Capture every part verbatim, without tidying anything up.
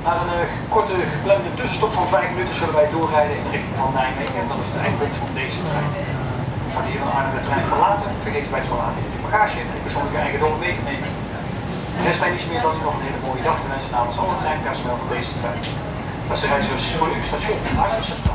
Na een uh, korte geplande tussenstop van vijf minuten zullen wij doorrijden in de richting van Nijmegen. En dat is het eindpunt van deze trein. Gaat hier een Arnhem de trein verlaten, vergeet bij het verlaten in de bagage en de persoonlijke eigendom mee te nemen. Er rest mij niets meer dan u nog een hele mooie dag te wensen namens alle treinpersoneel van deze trein. Beste reizigers, voor u station Arnhem Centraal.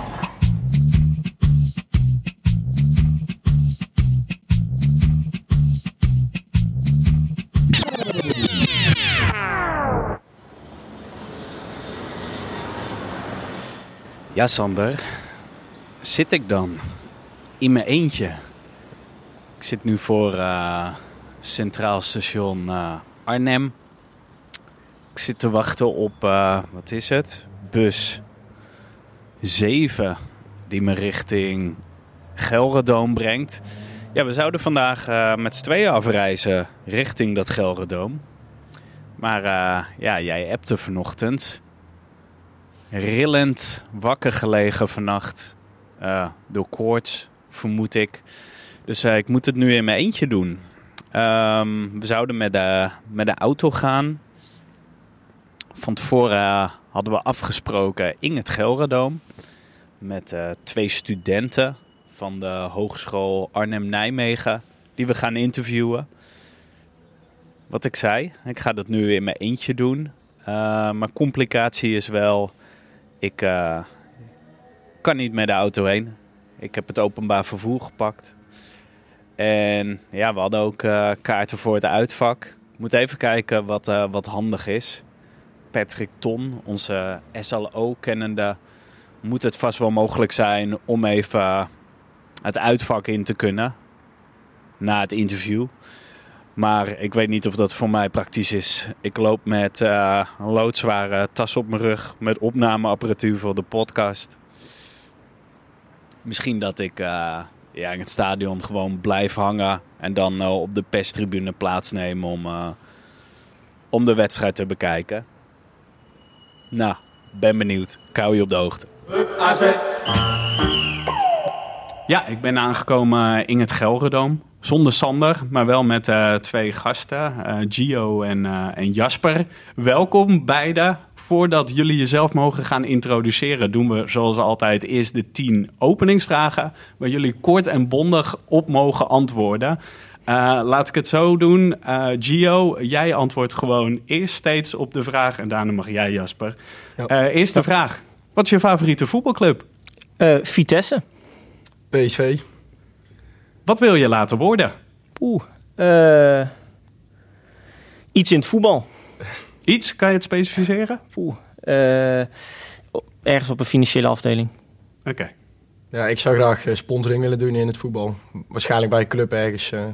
Ja, Sander, zit ik dan in mijn eentje? Ik zit nu voor uh, Centraal Station uh, Arnhem. Ik zit te wachten op, uh, wat is het? Bus zeven, die me richting Gelredoom brengt. Ja, we zouden vandaag uh, met z'n tweeën afreizen richting dat Gelredoom. Maar uh, ja, jij appte vanochtend. Rillend wakker gelegen vannacht. Uh, door koorts, vermoed ik. Dus uh, ik moet het nu in mijn eentje doen. Um, we zouden met de, met de auto gaan. Van tevoren uh, hadden we afgesproken in het Gelredoom. Met uh, twee studenten van de Hogeschool Arnhem-Nijmegen. Die we gaan interviewen. Wat ik zei, ik ga dat nu in mijn eentje doen. Uh, maar complicatie is wel... Ik uh, kan niet met de auto heen. Ik heb het openbaar vervoer gepakt. En ja, we hadden ook uh, kaarten voor het uitvak. Ik moet even kijken wat, uh, wat handig is. Patrick Ton, onze S L O-kennende, moet het vast wel mogelijk zijn om even uh, het uitvak in te kunnen. Na het interview. Maar ik weet niet of dat voor mij praktisch is. Ik loop met uh, een loodzware tas op mijn rug. Met opnameapparatuur voor de podcast. Misschien dat ik uh, ja, in het stadion gewoon blijf hangen. En dan uh, op de perstribune plaatsneem om, uh, om de wedstrijd te bekijken. Nou, ben benieuwd. Ik hou je op de hoogte. Ja, ik ben aangekomen in het Gelredoom. Zonder Sander, maar wel met uh, twee gasten, uh, Gio en, uh, en Jasper. Welkom beiden. Voordat jullie jezelf mogen gaan introduceren, doen we zoals altijd eerst de tien openingsvragen, waar jullie kort en bondig op mogen antwoorden. Uh, laat ik het zo doen. Uh, Gio, jij antwoordt gewoon eerst steeds op de vraag en daarna mag jij, Jasper. Uh, eerste vraag. Wat is je favoriete voetbalclub? Uh, Vitesse. P S V. Wat wil je laten worden? Oeh, uh, iets in het voetbal. Iets? Kan je het specificeren? Oeh, uh, ergens op een financiële afdeling. Oké. Okay. Ja, ik zou graag uh, sponsoring willen doen in het voetbal. Waarschijnlijk bij een club ergens. Uh...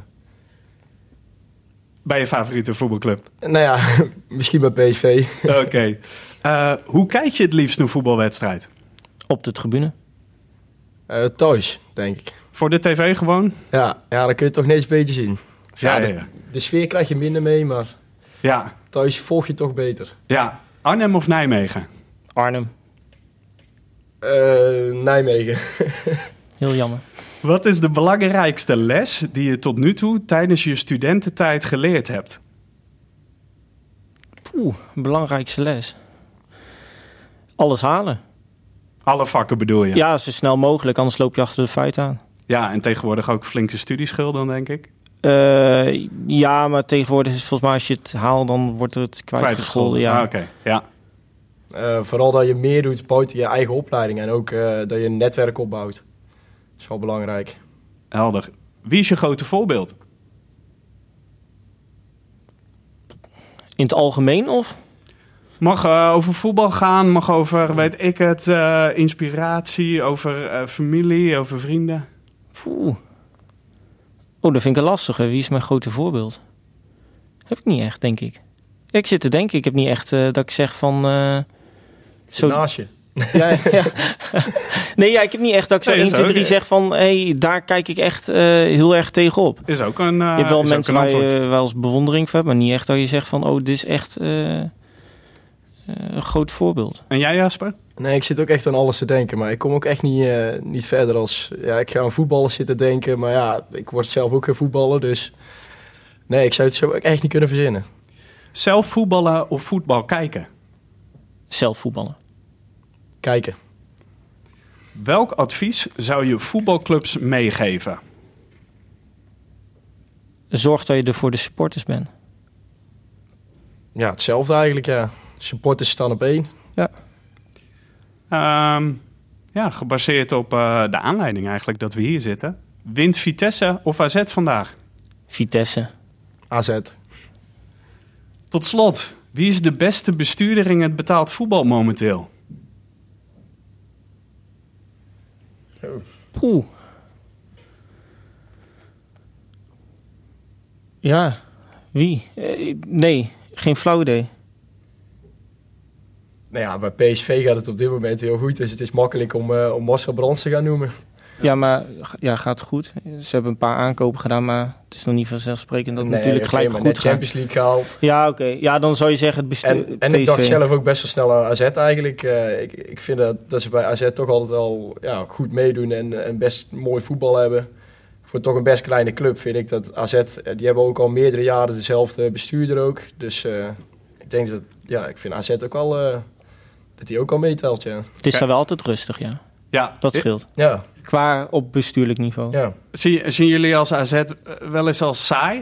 Bij je favoriete voetbalclub? Nou ja, misschien bij P S V. Oké. Okay. Uh, hoe kijk je het liefst een voetbalwedstrijd? Op de tribune. Uh, thuis, denk ik. Voor de tv gewoon? Ja, ja, dan kun je het toch net een beetje zien. Ja, ja, de, ja. de sfeer krijg je minder mee, maar ja. thuis volg je toch beter. Ja. Arnhem of Nijmegen? Arnhem. Uh, Nijmegen. Heel jammer. Wat is de belangrijkste les die je tot nu toe tijdens je studententijd geleerd hebt? Oeh, belangrijkste les. Alles halen. Alle vakken bedoel je? Ja, zo snel mogelijk, anders loop je achter de feiten aan. Ja, en tegenwoordig ook flinke studieschulden, denk ik. Uh, ja, maar tegenwoordig is volgens mij als je het haalt, dan wordt het kwijtgescholden. Ja. Ah, oké, okay. ja. Uh, vooral dat je meer doet buiten je eigen opleiding en ook uh, dat je een netwerk opbouwt. Dat is wel belangrijk. Helder. Wie is je grote voorbeeld? In het algemeen of? Mag uh, over voetbal gaan, mag over, weet ik het, uh, inspiratie, over uh, familie, over vrienden. Oeh. Oh, dat vind ik een lastige. Wie is mijn grote voorbeeld? Heb ik niet echt, denk ik. Ik zit te denken, ik heb niet echt uh, dat ik zeg van... Uh, zo... Naast je. Ja, ja. Nee, ja, ik heb niet echt dat ik zo nee, één, twee, drie zeg van... Hey, daar kijk ik echt uh, heel erg tegenop. Is ook een uh, Je hebt wel mensen waar je uh, wel eens bewondering voor hebt, maar niet echt dat je zegt van... Oh, dit is echt uh, uh, een groot voorbeeld. En jij, Jasper? Nee, ik zit ook echt aan alles te denken, maar ik kom ook echt niet, uh, niet verder als... Ja, ik ga aan voetballers zitten denken, maar ja, ik word zelf ook geen voetballer, dus... Nee, ik zou het zo echt niet kunnen verzinnen. Zelf voetballen of voetbal kijken? zelf voetballen. Kijken. Welk advies zou je voetbalclubs meegeven? Zorg dat je er voor de supporters bent. Ja, hetzelfde eigenlijk, ja. Supporters staan op één. Ja. Um, ja, gebaseerd op uh, de aanleiding eigenlijk dat we hier zitten. Wint Vitesse of A Z vandaag? Vitesse. A Z. Tot slot, wie is de beste bestuurder in het betaald voetbal momenteel? Poeh. Ja, wie? Eh, nee, geen flauw idee. Nou ja, bij P S V gaat het op dit moment heel goed. Dus het is makkelijk om, uh, om Marcel Brands te gaan noemen. Ja, maar ja, gaat goed. Ze hebben een paar aankopen gedaan, maar het is nog niet vanzelfzelfsprekend dat het Nee, natuurlijk oké, gelijk maar goed net gaat. Champions League gehaald. Ja, oké. Okay. Ja, dan zou je zeggen het bestuur. En, en ik dacht zelf ook best wel snel aan A Z eigenlijk. Uh, ik, ik vind dat, dat ze bij A Z toch altijd wel ja, goed meedoen en, en best mooi voetbal hebben. Voor toch een best kleine club vind ik dat A Z, die hebben ook al meerdere jaren dezelfde bestuurder ook. Dus uh, ik denk dat, ja, ik vind A Z ook al, uh, dat hij ook al meetelt, ja. Het is daar wel altijd rustig, ja. Ja, dat scheelt. Ja. Qua op bestuurlijk niveau. Ja. Zien, zien jullie als A Z wel eens als saai?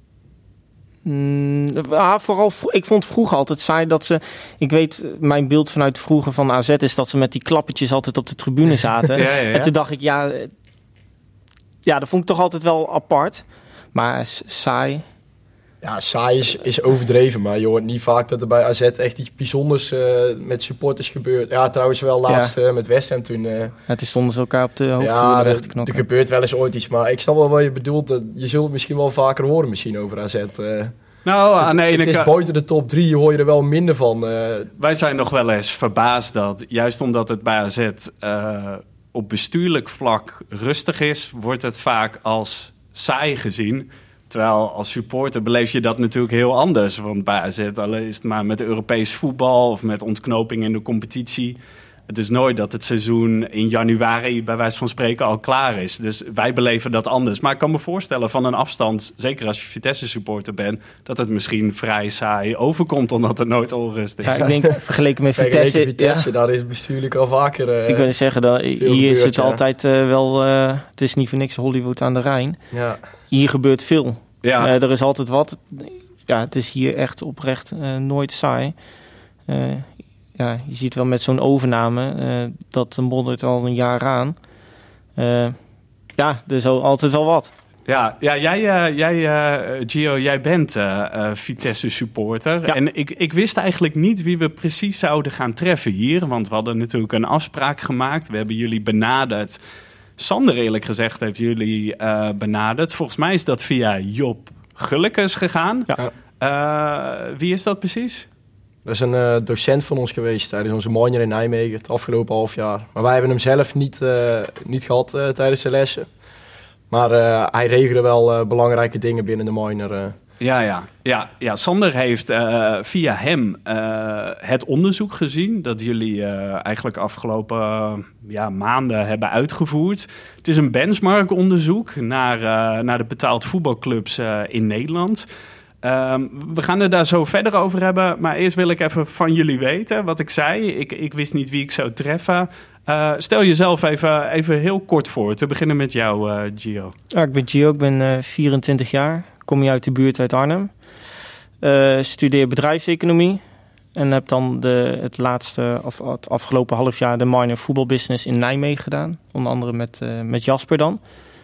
Mm, ja, vooral, ik vond vroeger altijd saai dat ze... Ik weet, mijn beeld vanuit vroeger van A Z is dat ze met die klappetjes altijd op de tribune zaten. ja, ja, ja. En toen dacht ik, ja... Ja, dat vond ik toch altijd wel apart. Maar saai... Ja, saai is, is overdreven, maar je hoort niet vaak dat er bij A Z echt iets bijzonders uh, met supporters gebeurt. Ja, trouwens wel laatst ja. uh, met West Ham toen. Uh, ja, toen stonden ze elkaar op de hoofdtribune ja, weg te knokken. Er gebeurt wel eens ooit iets, maar ik snap wel wat je bedoelt. Dat je zult het misschien wel vaker horen misschien over A Z. Uh, nou, aan de ene het is kant... buiten de top drie, hoor je er wel minder van. Uh, Wij zijn nog wel eens verbaasd dat, juist omdat het bij A Z uh, op bestuurlijk vlak rustig is, wordt het vaak als saai gezien. Terwijl als supporter beleef je dat natuurlijk heel anders. Want bij A Z al is het maar met Europees voetbal of met ontknoping in de competitie. Het is nooit dat het seizoen in januari bij wijze van spreken al klaar is. Dus wij beleven dat anders. Maar ik kan me voorstellen van een afstand, zeker als je Vitesse supporter bent, dat het misschien vrij saai overkomt omdat het nooit onrust is. Ja, ik denk vergeleken met Vitesse... Vergeleken Vitesse, ja. Daar is het bestuurlijk al vaker uh, Ik wil zeggen, dat hier gebeurd, is het ja. altijd uh, wel... Uh, het is niet voor niks Hollywood aan de Rijn. Ja. Hier gebeurt veel. Ja. Uh, er is altijd wat. Ja, het is hier echt oprecht uh, nooit saai. Uh, ja, je ziet wel met zo'n overname, uh, dat moddert al een jaar aan. Uh, ja, er is altijd wel wat. Ja, ja jij, uh, jij uh, Gio, jij bent uh, uh, Vitesse supporter. Ja. En ik, ik wist eigenlijk niet wie we precies zouden gaan treffen hier. Want we hadden natuurlijk een afspraak gemaakt. We hebben jullie benaderd. Sander, eerlijk gezegd, heeft jullie uh, benaderd. Volgens mij is dat via Job Gullekes gegaan. Ja. Uh, wie is dat precies? Dat is een uh, docent van ons geweest tijdens onze minor in Nijmegen het afgelopen half jaar. Maar wij hebben hem zelf niet, uh, niet gehad uh, tijdens de lessen. Maar uh, hij regelde wel uh, belangrijke dingen binnen de minor. Uh. Ja, ja. Ja, ja, Sander heeft uh, via hem uh, het onderzoek gezien dat jullie uh, eigenlijk afgelopen uh, ja, maanden hebben uitgevoerd. Het is een benchmark-onderzoek naar, uh, naar de betaald voetbalclubs uh, in Nederland. Um, we gaan het daar zo verder over hebben, maar eerst wil ik even van jullie weten wat ik zei. Ik, ik wist niet wie ik zou treffen. Uh, stel jezelf even, even heel kort voor, te beginnen met jou, uh, Gio. Ja, ik ben Gio, ik ben uh, vierentwintig jaar. Kom je uit de buurt uit Arnhem. Uh, studeer bedrijfseconomie. En heb dan de, het laatste, of het afgelopen half jaar de minor voetbalbusiness in Nijmegen gedaan. Onder andere met, uh, met Jasper dan.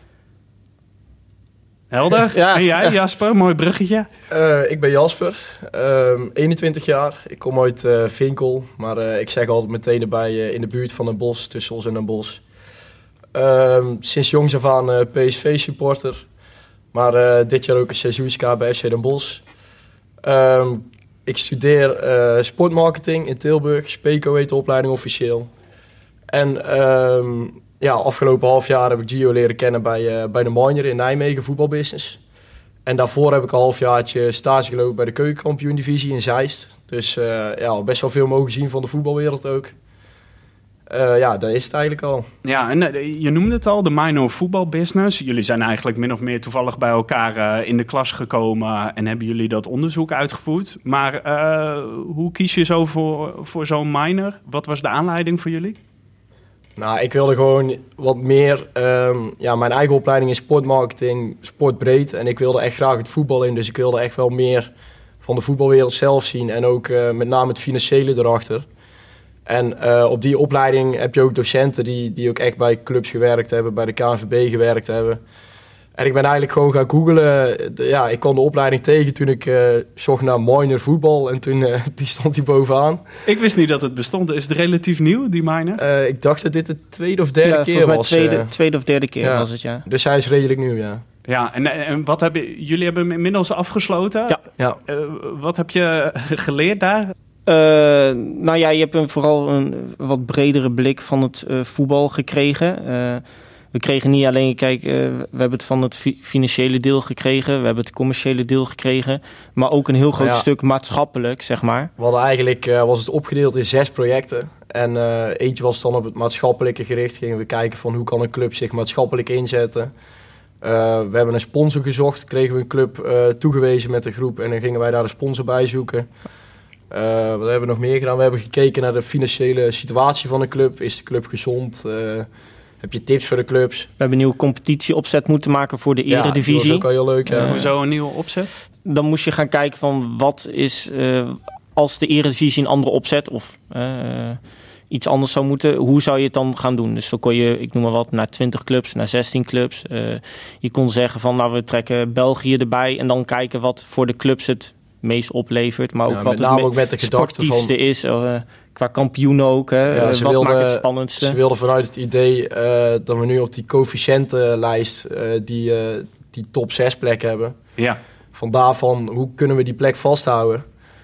Helder. Ja. En jij, Jasper? Mooi bruggetje. Uh, ik ben Jasper, um, eenentwintig jaar. Ik kom uit uh, Vinkel, maar uh, ik zeg altijd meteen erbij uh, in de buurt van Den Bosch, tussen ons en Den Bosch. Um, sinds jongs af aan uh, P S V-supporter, maar uh, dit jaar ook een seizoenskaart bij F C Den Bosch. Um, ik studeer uh, sportmarketing in Tilburg, Speco heet de opleiding officieel. En um, ja, afgelopen half jaar heb ik Gio leren kennen bij, uh, bij de minor in Nijmegen, voetbalbusiness. En daarvoor heb ik een halfjaartje stage gelopen bij de keukenkampioen-divisie in Zeist. Dus uh, ja, best wel veel mogen zien van de voetbalwereld ook. Uh, ja, dat is het eigenlijk al. Ja, en uh, je noemde het al, de minor voetbalbusiness. Jullie zijn eigenlijk min of meer toevallig bij elkaar uh, in de klas gekomen en hebben jullie dat onderzoek uitgevoerd. Maar uh, hoe kies je zo voor, voor zo'n minor? Wat was de aanleiding voor jullie? Nou, ik wilde gewoon wat meer... Um, ja, mijn eigen opleiding is sportmarketing, sportbreed. En ik wilde echt graag het voetbal in. Dus ik wilde echt wel meer van de voetbalwereld zelf zien. En ook uh, met name het financiële erachter. En uh, op die opleiding heb je ook docenten die, die ook echt bij clubs gewerkt hebben, bij de K N V B gewerkt hebben. En ik ben eigenlijk gewoon gaan googlen. Ja, ik kwam de opleiding tegen toen ik uh, zocht naar minor voetbal en toen uh, die stond die bovenaan. Ik wist niet dat het bestond. Is het relatief nieuw, die minor? Uh, ik dacht dat dit de tweede of derde ja, keer mij was. Tweede, uh, tweede of derde keer ja. was het, ja. Dus hij is redelijk nieuw, ja. Ja, en, en wat hebben jullie hebben hem inmiddels afgesloten? Ja. ja. Uh, wat heb je geleerd daar? Uh, nou ja, je hebt een, vooral een wat bredere blik van het uh, voetbal gekregen. Uh, we kregen niet alleen, kijk, uh, we hebben het van het fi- financiële deel gekregen, we hebben het commerciële deel gekregen, maar ook een heel groot ja. stuk maatschappelijk, zeg maar. We hadden eigenlijk, uh, was het opgedeeld in zes projecten. En uh, eentje was dan op het maatschappelijke gericht. Gingen we kijken van hoe kan een club zich maatschappelijk inzetten. Uh, we hebben een sponsor gezocht, kregen we een club uh, toegewezen met de groep en dan gingen wij daar een sponsor bij zoeken. Uh, wat hebben we nog meer gedaan? We hebben gekeken naar de financiële situatie van de club. Is de club gezond? Uh, heb je tips voor de clubs? We hebben een nieuwe competitieopzet moeten maken voor de eredivisie. Ja, dat was ook al heel leuk. Ja. Uh, Hoezo een nieuwe opzet? Dan moest je gaan kijken van wat is, uh, als de eredivisie een andere opzet of uh, iets anders zou moeten, hoe zou je het dan gaan doen? Dus dan kon je, ik noem maar wat, naar twintig clubs, naar zestien clubs. Uh, je kon zeggen van, nou we trekken België erbij en dan kijken wat voor de clubs het meest oplevert, maar ook ja, wat met het me- ook met de sportiefste van... is, uh, qua kampioen ook. Hè, Ja, uh, ze wat wilden, maakt het spannendste? Ze wilden vanuit het idee uh, dat we nu op die coëfficiëntenlijst uh, die, uh, die top zes plek hebben. Ja. Van daarvan, hoe kunnen we die plek vasthouden?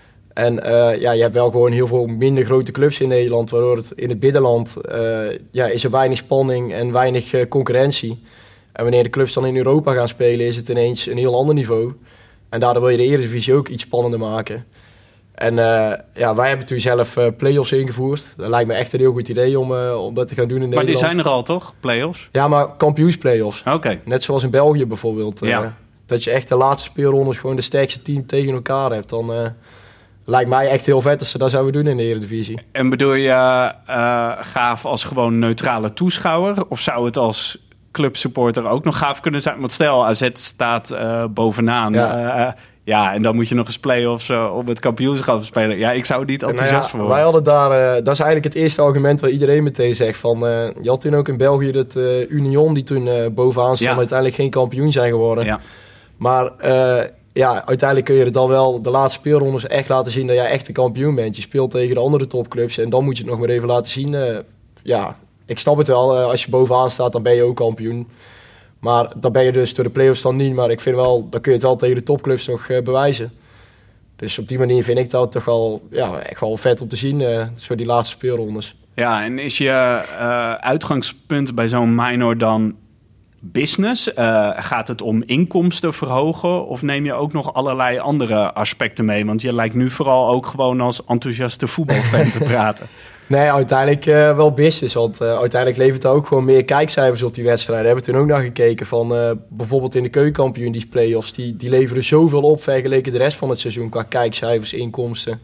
En uh, ja, je hebt wel gewoon heel veel minder grote clubs in Nederland, waardoor het in het binnenland uh, ja, is er weinig spanning en weinig uh, concurrentie. En wanneer de clubs dan in Europa gaan spelen, is het ineens een heel ander niveau. En daardoor wil je de Eredivisie ook iets spannender maken. En uh, ja, wij hebben toen zelf uh, play-offs ingevoerd. Dat lijkt me echt een heel goed idee om, uh, om dat te gaan doen in maar Nederland. Maar die zijn er al, toch? Play-offs? Ja, maar kampioensplay-offs. Oké. Okay. Net zoals in België bijvoorbeeld. Uh, ja. Dat je echt de laatste speelrondes gewoon de sterkste team tegen elkaar hebt. Dan uh, lijkt mij echt heel vet als ze dat zouden doen in de Eredivisie. En bedoel je uh, gaaf als gewoon neutrale toeschouwer? Of zou het als clubsupporter ook nog gaaf kunnen zijn? Want stel, A Z staat uh, bovenaan. Ja. Uh, ja, en dan moet je nog eens play-offs uh, om het kampioenschap spelen. Ja, ik zou niet enthousiast nou ja, voor. Wij hadden daar, uh, dat is eigenlijk het eerste argument waar iedereen meteen zegt van... Uh, je had toen ook in België dat uh, Union die toen uh, bovenaan stond... Ja. uiteindelijk geen kampioen zijn geworden. Ja. Maar uh, ja, uiteindelijk kun je er dan wel de laatste speelrondes echt laten zien... dat jij echt de kampioen bent. Je speelt tegen de andere topclubs en dan moet je het nog maar even laten zien. Uh, ja, ik snap het wel. Uh, als je bovenaan staat, dan ben je ook kampioen. Maar dan ben je dus door de play-offs dan niet. Maar ik vind wel, dan kun je het wel tegen de topclubs nog uh, bewijzen. Dus op die manier vind ik dat toch wel, ja, echt wel vet om te zien, uh, zo die laatste speelrondes. Ja, en is je uh, uitgangspunt bij zo'n minor dan business? Uh, gaat het om inkomsten verhogen? Of neem je ook nog allerlei andere aspecten mee? Want je lijkt nu vooral ook gewoon als enthousiaste voetbalfan te praten. Nee, uiteindelijk uh, wel business. Want uh, uiteindelijk levert er ook gewoon meer kijkcijfers op die wedstrijden. Daar hebben we toen ook naar gekeken. Van, uh, bijvoorbeeld in de keukenkampioen, die play-offs, die, die leveren zoveel op vergeleken de rest van het seizoen qua kijkcijfers, inkomsten.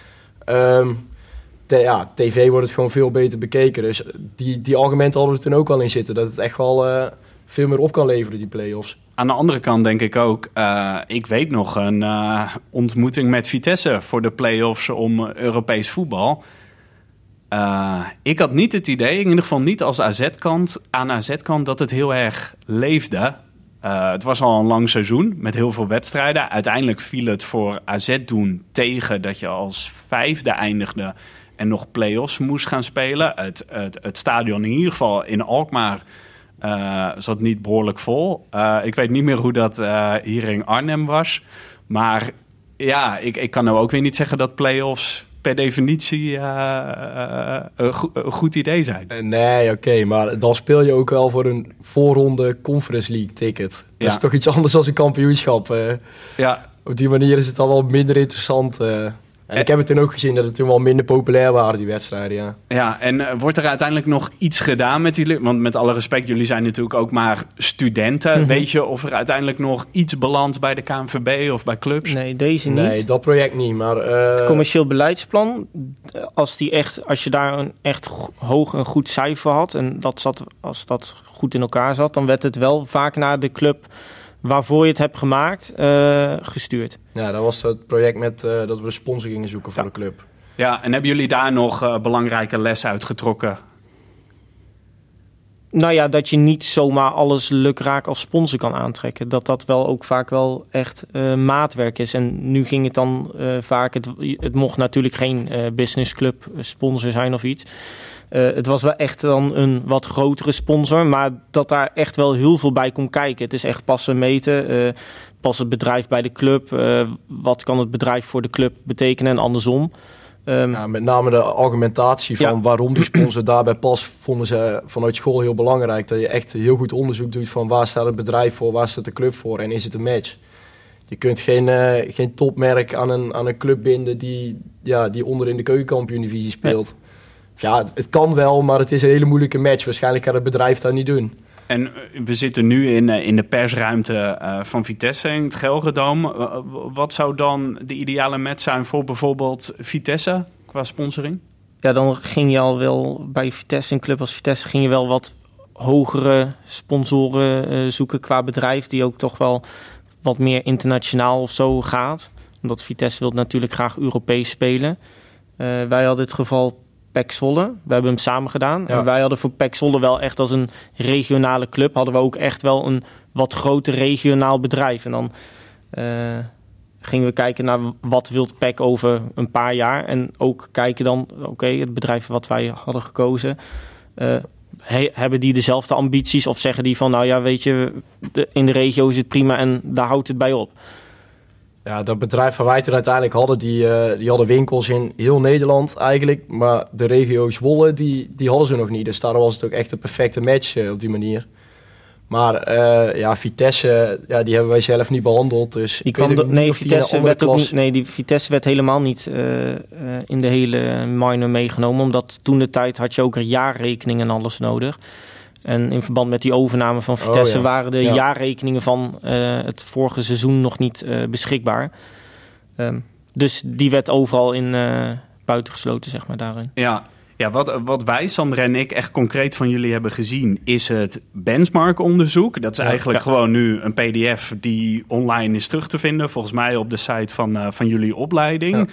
Um, te, ja, tv wordt het gewoon veel beter bekeken. Dus die, die argumenten hadden we toen ook al in zitten. Dat het echt wel uh, veel meer op kan leveren, die play-offs. Aan de andere kant denk ik ook, uh, ik weet nog een uh, ontmoeting met Vitesse voor de play-offs om uh, Europees voetbal. Uh, ik had niet het idee, in ieder geval niet als A Z-kant, aan A Z-kant, dat het heel erg leefde. Uh, het was al een lang seizoen met heel veel wedstrijden. Uiteindelijk viel het voor A Z doen tegen dat je als vijfde eindigde en nog play-offs moest gaan spelen. Het, het, het stadion in ieder geval in Alkmaar uh, zat niet behoorlijk vol. Uh, ik weet niet meer hoe dat uh, hier in Arnhem was. Maar ja, ik, ik kan nou ook weer niet zeggen dat play-offs per definitie uh, uh, een, go- een goed idee zijn. Nee, oké, okay, maar dan speel je ook wel voor een voorronde Conference League ticket. Dat ja. is toch iets anders dan een kampioenschap. Uh. Ja. Op die manier is het dan wel minder interessant. Uh. En ik heb het toen ook gezien dat het toen wel minder populair waren, die wedstrijden, ja. Ja, en uh, wordt er uiteindelijk nog iets gedaan met jullie? Want met alle respect, jullie zijn natuurlijk ook maar studenten. Mm-hmm. Weet je of er uiteindelijk nog iets belandt bij de K N V B of bij clubs? Nee, deze niet. Nee, dat project niet, maar... Uh... Het commercieel beleidsplan, als, die echt, als je daar een echt hoog en goed cijfer had... en dat zat, als dat goed in elkaar zat, dan werd het wel vaak naar de club... waarvoor je het hebt gemaakt, uh, gestuurd. Ja, dat was het project met uh, dat we een sponsor gingen zoeken voor ja. de club. Ja, en hebben jullie daar nog uh, belangrijke lessen uitgetrokken? Nou ja, dat je niet zomaar alles lukraak als sponsor kan aantrekken. Dat dat wel ook vaak wel echt uh, maatwerk is. En nu ging het dan uh, vaak... Het, het mocht natuurlijk geen uh, businessclub sponsor zijn of iets... Uh, het was wel echt dan een wat grotere sponsor, maar dat daar echt wel heel veel bij komt kijken. Het is echt passen meten, uh, past het bedrijf bij de club, uh, wat kan het bedrijf voor de club betekenen en andersom. Um, ja, met name de argumentatie van ja. waarom die sponsor daarbij past, vonden ze vanuit school heel belangrijk. Dat je echt heel goed onderzoek doet van waar staat het bedrijf voor, waar staat de club voor en is het een match. Je kunt geen, uh, geen topmerk aan een, aan een club binden die, ja, die onder in de keukenkampioen-divisie speelt. Ja. Ja, het, het kan wel, maar het is een hele moeilijke match. Waarschijnlijk gaat het bedrijf dat niet doen. En uh, we zitten nu in, uh, in de persruimte uh, van Vitesse in het Gelredome. Uh, wat zou dan de ideale match zijn voor bijvoorbeeld Vitesse qua sponsoring? Ja, dan ging je al wel bij Vitesse, een club als Vitesse, ging je wel wat hogere sponsoren uh, zoeken qua bedrijf. Die ook toch wel wat meer internationaal of zo gaat. Omdat Vitesse wil natuurlijk graag Europees spelen. Uh, wij hadden het geval... P E C Zwolle. We hebben hem samen gedaan. Ja. En wij hadden voor P E C Zwolle wel echt als een regionale club... hadden we ook echt wel een wat groter regionaal bedrijf. En dan uh, gingen we kijken naar wat wil P E C over een paar jaar. En ook kijken dan, oké, okay, het bedrijf wat wij hadden gekozen... Uh, he, hebben die dezelfde ambities? Of zeggen die van, nou ja, weet je, de, in de regio is het prima en daar houdt het bij op? Ja, dat bedrijf waar wij toen uiteindelijk hadden, die, uh, die hadden winkels in heel Nederland eigenlijk. Maar de regio Zwolle, die, die hadden ze nog niet. Dus daar was het ook echt een perfecte match uh, op die manier. Maar uh, ja, Vitesse, ja, die hebben wij zelf niet behandeld. Dus die kwam do- nee, Vitesse werd ook niet, nee, die Vitesse werd helemaal niet uh, uh, in de hele minor meegenomen. Omdat toen de tijd had je ook een jaarrekening en alles nodig. En in verband met die overname van Vitesse oh, ja. waren de ja. jaarrekeningen van uh, het vorige seizoen nog niet uh, beschikbaar. Um, dus die werd overal in uh, buitengesloten, zeg maar, daarin. Ja, ja wat, wat wij, Sander en ik, echt concreet van jullie hebben gezien... is het benchmark-onderzoek. Dat is ja, eigenlijk ja. gewoon nu een pdf die online is terug te vinden. Volgens mij op de site van, uh, van jullie opleiding... Ja.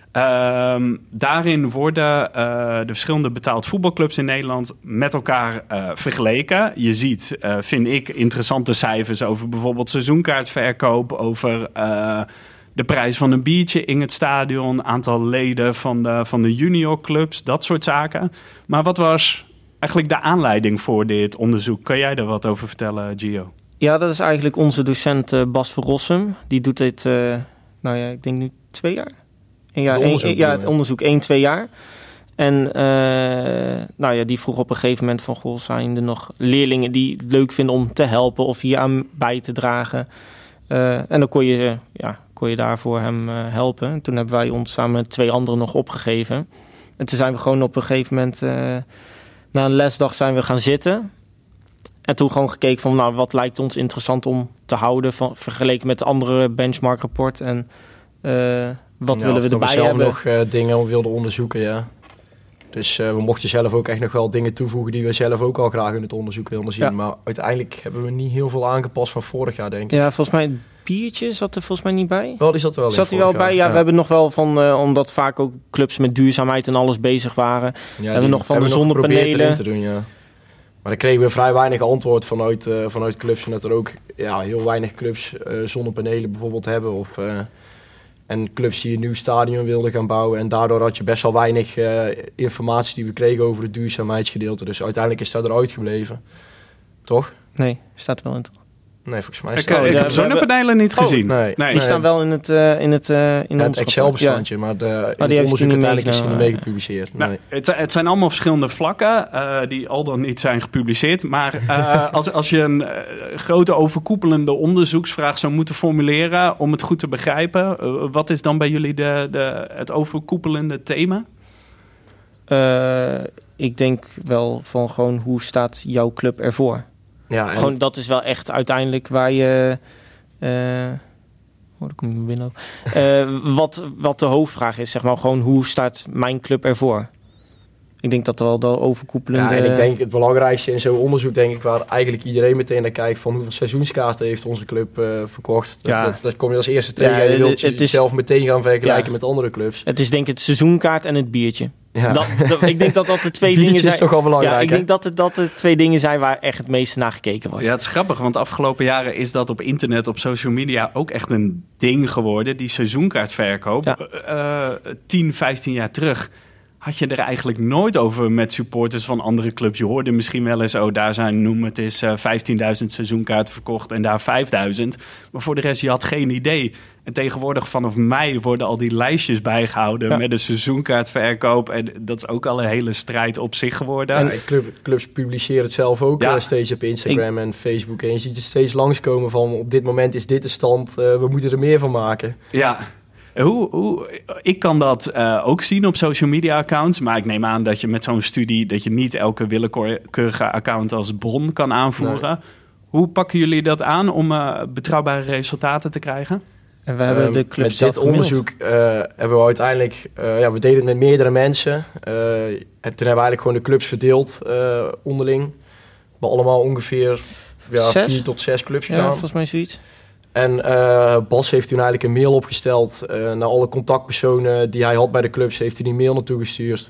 Um, daarin worden uh, de verschillende betaald voetbalclubs in Nederland met elkaar uh, vergeleken. Je ziet, uh, vind ik, interessante cijfers over bijvoorbeeld seizoenkaartverkoop, over uh, de prijs van een biertje in het stadion, aantal leden van de, van de juniorclubs, dat soort zaken. Maar wat was eigenlijk de aanleiding voor dit onderzoek? Kan jij daar wat over vertellen, Gio? Ja, dat is eigenlijk onze docent uh, Bas van Rossum. Die doet dit, uh, nou ja, ik denk nu twee jaar. Ja, het onderzoek, een, ja, het onderzoek één, twee jaar. En uh, nou ja, die vroeg op een gegeven moment van... Goh, zijn er nog leerlingen die het leuk vinden om te helpen... of hier aan bij te dragen? Uh, en dan kon je, ja, kon je daarvoor hem uh, helpen. En toen hebben wij ons samen met twee anderen nog opgegeven. En toen zijn we gewoon op een gegeven moment... Uh, na een lesdag zijn we gaan zitten... En toen gewoon gekeken van... nou, wat lijkt ons interessant om te houden... Van, vergeleken met de andere benchmark rapport... en uh, wat ja, willen we erbij we zelf hebben? nog uh, dingen wilden onderzoeken, ja. Dus uh, we mochten zelf ook echt nog wel dingen toevoegen... die we zelf ook al graag in het onderzoek wilden zien. Ja. Maar uiteindelijk hebben we niet heel veel aangepast van vorig jaar, denk ik. Ja, volgens mij het biertje zat er volgens mij niet bij. Wel, die zat er wel zat in hij wel bij? Ja, ja, ja, we hebben nog wel van... Uh, omdat vaak ook clubs met duurzaamheid en alles bezig waren. Ja, hebben we nog van de zonnepanelen... te doen, ja. Maar dan kregen we vrij weinig antwoord vanuit, uh, vanuit clubs... en dat er ook ja, heel weinig clubs uh, zonnepanelen bijvoorbeeld hebben... of... Uh, En clubs die een nieuw stadion wilden gaan bouwen. En daardoor had je best wel weinig uh, informatie die we kregen over het duurzaamheidsgedeelte. Dus uiteindelijk is dat eruit gebleven. Toch? Nee, staat er wel in. Nee, volgens mij Ik, staat ik ja, heb we zonnepanelen niet Oh, gezien. nee. nee. Die staan wel in het, uh, in het, uh, in ja, het Excel-bestandje, maar de, in die het heeft onderzoek niet uiteindelijk is die niet meegenomen. mee gepubliceerd. Nou, Nee. het, het zijn allemaal verschillende vlakken uh, die al dan niet zijn gepubliceerd. Maar uh, als, als je een uh, grote overkoepelende onderzoeksvraag zou moeten formuleren om het goed te begrijpen, uh, wat is dan bij jullie de, de, het overkoepelende thema? Uh, ik denk wel van gewoon hoe staat jouw club ervoor? Ja, en Gewoon, dat is wel echt uiteindelijk waar je... Uh, oh, daar kom ik binnen. Uh, wat, wat de hoofdvraag is, zeg maar. Gewoon, hoe staat mijn club ervoor? Ik denk dat wel de overkoepelende... Ja, en ik denk het belangrijkste in zo'n onderzoek, denk ik, waar eigenlijk iedereen meteen naar kijkt van hoeveel seizoenskaarten heeft onze club uh, verkocht. Dat, Ja. dat, dat kom je als eerste tegen. Ja, en je wilt het is- jezelf meteen gaan vergelijken Ja. met andere clubs. Het is denk ik het seizoenkaart en het biertje. Ja. Dat, dat, ik denk dat dat de twee Biertje dingen zijn... is toch wel belangrijk, Ja, ik hè? denk dat het dat de twee dingen zijn waar echt het meeste naar gekeken wordt. Ja, het is grappig, want de afgelopen jaren is dat op internet, op social media ook echt een ding geworden. Die seizoenkaartverkoop. Ja. Uh, tien, vijftien jaar terug had je er eigenlijk nooit over met supporters van andere clubs. Je hoorde misschien wel eens, oh, daar zijn, noem het is, uh, vijftienduizend seizoenkaarten verkocht en daar vijfduizend. Maar voor de rest, je had geen idee. En tegenwoordig vanaf mei worden al die lijstjes bijgehouden Ja. met de seizoenkaartverkoop. En dat is ook al een hele strijd op zich geworden. En club, clubs publiceren het zelf ook Ja. uh, steeds op Instagram en Facebook. En je ziet het steeds langskomen van op dit moment is dit de stand. Uh, we moeten er meer van maken. Ja, hoe, hoe, ik kan dat uh, ook zien op social media accounts. Maar ik neem aan dat je met zo'n studie dat je niet elke willekeurige account als bron kan aanvoeren. Nee. Hoe pakken jullie dat aan om uh, betrouwbare resultaten te krijgen? En we hebben Um, de club met dit onderzoek uh, hebben we uiteindelijk, uh, ja, we deden het met meerdere mensen. Uh, en toen hebben we eigenlijk gewoon de clubs verdeeld uh, onderling. We allemaal ongeveer ja, Zes? vier tot zes clubs Ja, gedaan. volgens mij zoiets. En uh, Bas heeft toen eigenlijk een mail opgesteld uh, naar alle contactpersonen die hij had bij de clubs, heeft hij die mail naartoe gestuurd.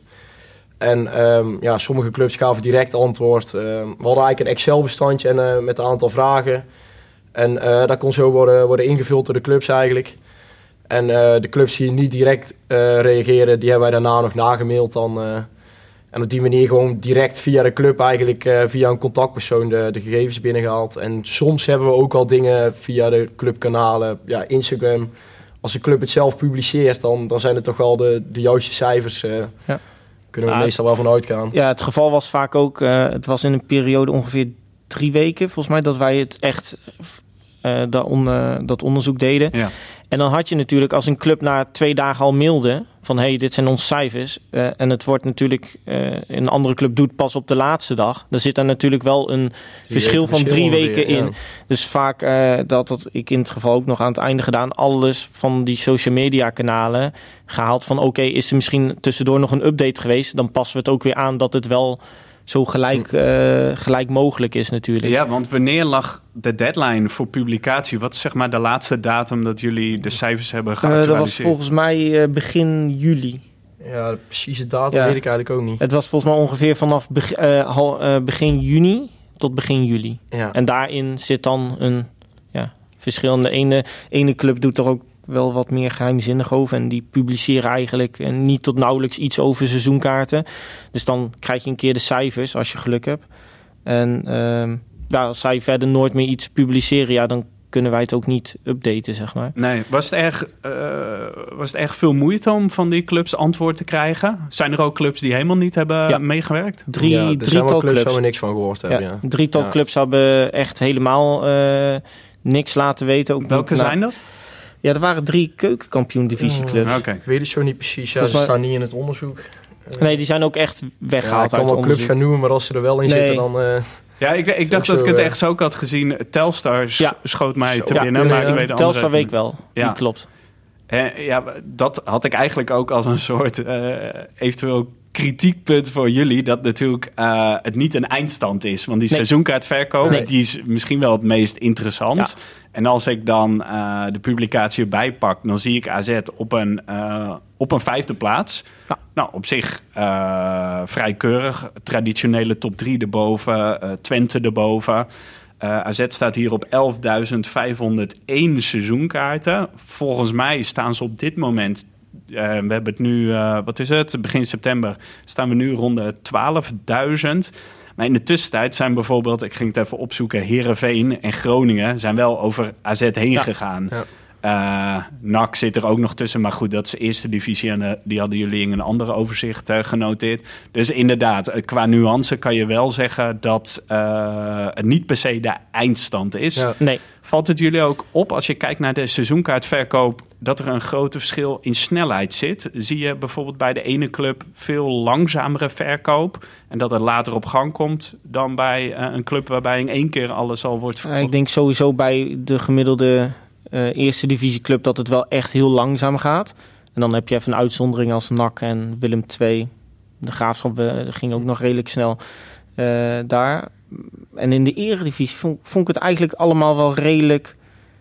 En um, ja, sommige clubs gaven direct antwoord. Uh, we hadden eigenlijk een Excel-bestandje en, uh, met een aantal vragen. En uh, dat kon zo worden, worden ingevuld door de clubs eigenlijk. En uh, de clubs die niet direct uh, reageren, die hebben wij daarna nog nagemaild dan. Uh, en op die manier gewoon direct via de club eigenlijk, uh, via een contactpersoon de, de gegevens binnengehaald. En soms hebben we ook al dingen via de clubkanalen, ja, Instagram. Als de club het zelf publiceert, dan, dan zijn het toch wel de, de juiste cijfers. Uh, Ja. Kunnen we Ah, meestal wel van uitgaan. Ja, het geval was vaak ook... Uh, het was in een periode ongeveer drie weken, volgens mij, dat wij het echt... Uh, dat, on, uh, dat onderzoek deden. Ja. En dan had je natuurlijk als een club na twee dagen al mailde van hey, dit zijn onze cijfers. Uh, en het wordt natuurlijk, uh, een andere club doet pas op de laatste dag. Dan zit daar natuurlijk wel een verschil van drie weken weer, in. ja. Dus vaak, uh, dat had ik in het geval ook nog aan het einde gedaan, alles van die social media kanalen gehaald van oké, okay, is er misschien tussendoor nog een update geweest? Dan passen we het ook weer aan dat het wel zo gelijk, uh, gelijk mogelijk is natuurlijk. Ja, want wanneer lag de deadline voor publicatie? Wat is zeg maar de laatste datum dat jullie de cijfers hebben Uh, geactualiseerd? dat was volgens mij uh, begin juli. Ja, de precieze datum Ja. weet ik eigenlijk ook niet. Het was volgens mij ongeveer vanaf beg- uh, hal, uh, begin juni tot begin juli. Ja. En daarin zit dan een ja, verschil. De ene, ene club doet er ook wel wat meer geheimzinnig over. En die publiceren eigenlijk uh, niet tot nauwelijks iets over seizoenkaarten. Dus dan krijg je een keer de cijfers als je geluk hebt. En uh, ja, als zij verder nooit meer iets publiceren, ja, dan kunnen wij het ook niet updaten, zeg maar. Nee, was het, erg, uh, was het erg veel moeite om van die clubs antwoord te krijgen? Zijn er ook clubs die helemaal niet hebben Ja. meegewerkt? Drie, ja, er zijn wel drietal clubs clubs. waar we niks van gehoord hebben. Ja, Ja. een drietal Ja. clubs hebben echt helemaal uh, niks laten weten. Ook Welke niet na- zijn dat? Ja, er waren drie keukenkampioen-divisieclubs. Oké. Ik weet het zo niet precies. Ja, Volgens ze mij- staan niet in het onderzoek. Nee, die zijn ook echt Ja, weggehaald ik kan uit wel het clubs onderzoek. gaan noemen, maar als ze er wel in Nee. zitten, dan... Uh, Ja, ik, ik dacht ook dat ik zo, het uh, echt ook had gezien. Telstar sch- Ja. schoot mij te Ja, binnen, kunnen, maar ik ja. weet de Telstar andere week wel, Ja. die klopt. Eh, ja, dat had ik eigenlijk ook als een soort uh, eventueel kritiekpunt voor jullie. Dat natuurlijk uh, het niet een eindstand is. Want die Nee. seizoenkaartverkoop, Nee. die is misschien wel het meest interessant. Ja. En als ik dan uh, de publicatie erbij pak, dan zie ik A Z op een, uh, op een vijfde plaats. Ja. Nou, op zich uh, vrij keurig. Traditionele top drie erboven, uh, Twente erboven. Uh, A Z staat hier op elfduizend vijfhonderdéén seizoenkaarten. Volgens mij staan ze op dit moment... Uh, we hebben het nu, uh, wat is het? Begin september staan we nu rond de twaalfduizend. Maar in de tussentijd zijn bijvoorbeeld, ik ging het even opzoeken, Heerenveen en Groningen zijn wel over A Z heen ja. gegaan. Ja. Uh, N A C zit er ook nog tussen, maar goed, dat is de eerste divisie en uh, die hadden jullie in een andere overzicht uh, genoteerd. Dus inderdaad, uh, qua nuance kan je wel zeggen dat uh, het niet per se de eindstand is. Ja. Nee. Valt het jullie ook op als je kijkt naar de seizoenkaartverkoop dat er een groot verschil in snelheid zit? Zie je bijvoorbeeld bij de ene club veel langzamere verkoop en dat het later op gang komt dan bij uh, een club waarbij in één keer alles al wordt verkocht? Uh, ik denk sowieso bij de gemiddelde Uh, eerste divisieclub dat het wel echt heel langzaam gaat. En dan heb je even een uitzondering als N A C en Willem twee. De Graafschap uh, ging ook nog redelijk snel uh, daar. En in de eredivisie vond, vond ik het eigenlijk allemaal wel redelijk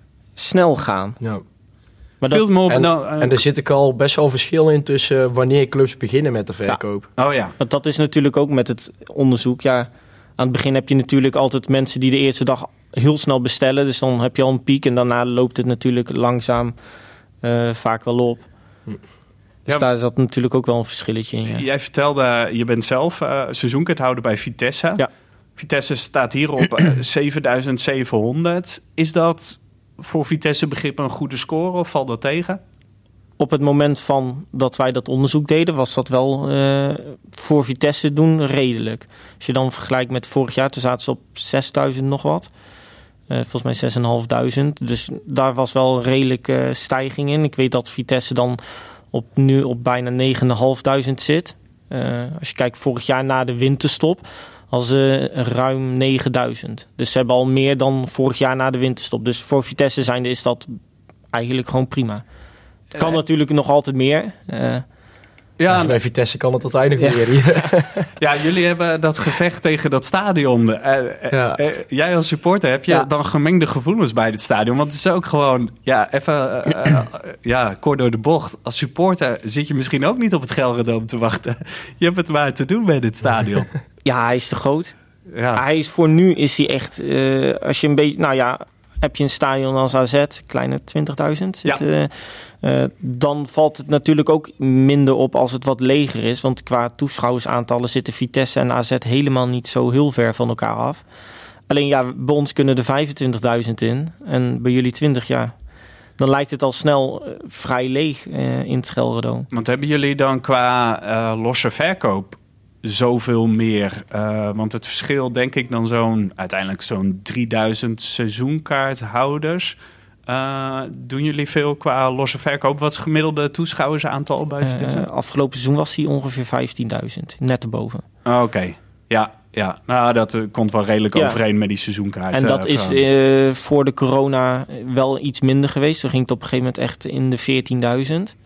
snel gaan. Ja. Maar dat, en, en, dan, uh, en er zit ook al best wel verschil in tussen wanneer clubs beginnen met de verkoop. Ja. Oh ja. Want dat is natuurlijk ook met het onderzoek. Ja, aan het begin heb je natuurlijk altijd mensen die de eerste dag heel snel bestellen. Dus dan heb je al een piek en daarna loopt het natuurlijk langzaam uh, vaak wel op. Hm. Dus ja, daar zat natuurlijk ook wel een verschilletje in. Ja. Jij vertelde, je bent zelf uh, seizoenkaarthouder bij Vitesse. Ja. Vitesse staat hier op uh, zevenduizend zevenhonderd. Is dat voor Vitesse begrippen een goede score of valt dat tegen? Op het moment van dat wij dat onderzoek deden, was dat wel uh, voor Vitesse doen redelijk. Als je dan vergelijkt met vorig jaar, toen zaten ze op zesduizend nog wat. Uh, volgens mij zes vijfduizend. Dus daar was wel een redelijke uh, stijging in. Ik weet dat Vitesse dan op, nu op bijna negen vijfduizend zit. Uh, als je kijkt vorig jaar na de winterstop, als uh, ruim negenduizend. Dus ze hebben al meer dan vorig jaar na de winterstop. Dus voor Vitesse zijnde is dat eigenlijk gewoon prima. Het kan uh, natuurlijk nog altijd meer. Uh, Ja, ja, bij Vitesse kan het uiteindelijk ja. weer hier. Ja, jullie hebben dat gevecht tegen dat stadion. Uh, ja. uh, uh, jij als supporter, heb je ja. dan gemengde gevoelens bij dit stadion? Want het is ook gewoon, ja, even, uh, uh, ja, kort door de bocht. Als supporter zit je misschien ook niet op het Gelredome te wachten. Je hebt het maar te doen bij dit stadion. Ja, hij is te groot. Ja. Hij is voor nu is hij echt, uh, als je een beetje, nou ja, heb je een stadion als A Z, kleine twintigduizend. Ja. Uh, uh, dan valt het natuurlijk ook minder op als het wat leger is. Want qua toeschouwersaantallen zitten Vitesse en A Z helemaal niet zo heel ver van elkaar af. Alleen ja, bij ons kunnen er vijfentwintigduizend in. En bij jullie twintig, ja. Dan lijkt het al snel uh, vrij leeg uh, in het Gelredome. Want hebben jullie dan qua uh, losse verkoop zoveel meer? Uh, want het verschil, denk ik, dan zo'n uiteindelijk zo'n drieduizend seizoenkaarthouders. Uh, doen jullie veel qua losse verkoop? Wat is het gemiddelde toeschouwersaantal bij Vitesse? Uh, afgelopen seizoen was hij ongeveer vijftienduizend, net erboven. Oké, okay. ja, ja. Nou, dat uh, komt wel redelijk ja. overeen met die seizoenkaart. En dat uh, is uh, voor de corona wel iets minder geweest. Dan ging het op een gegeven moment echt in de veertienduizend.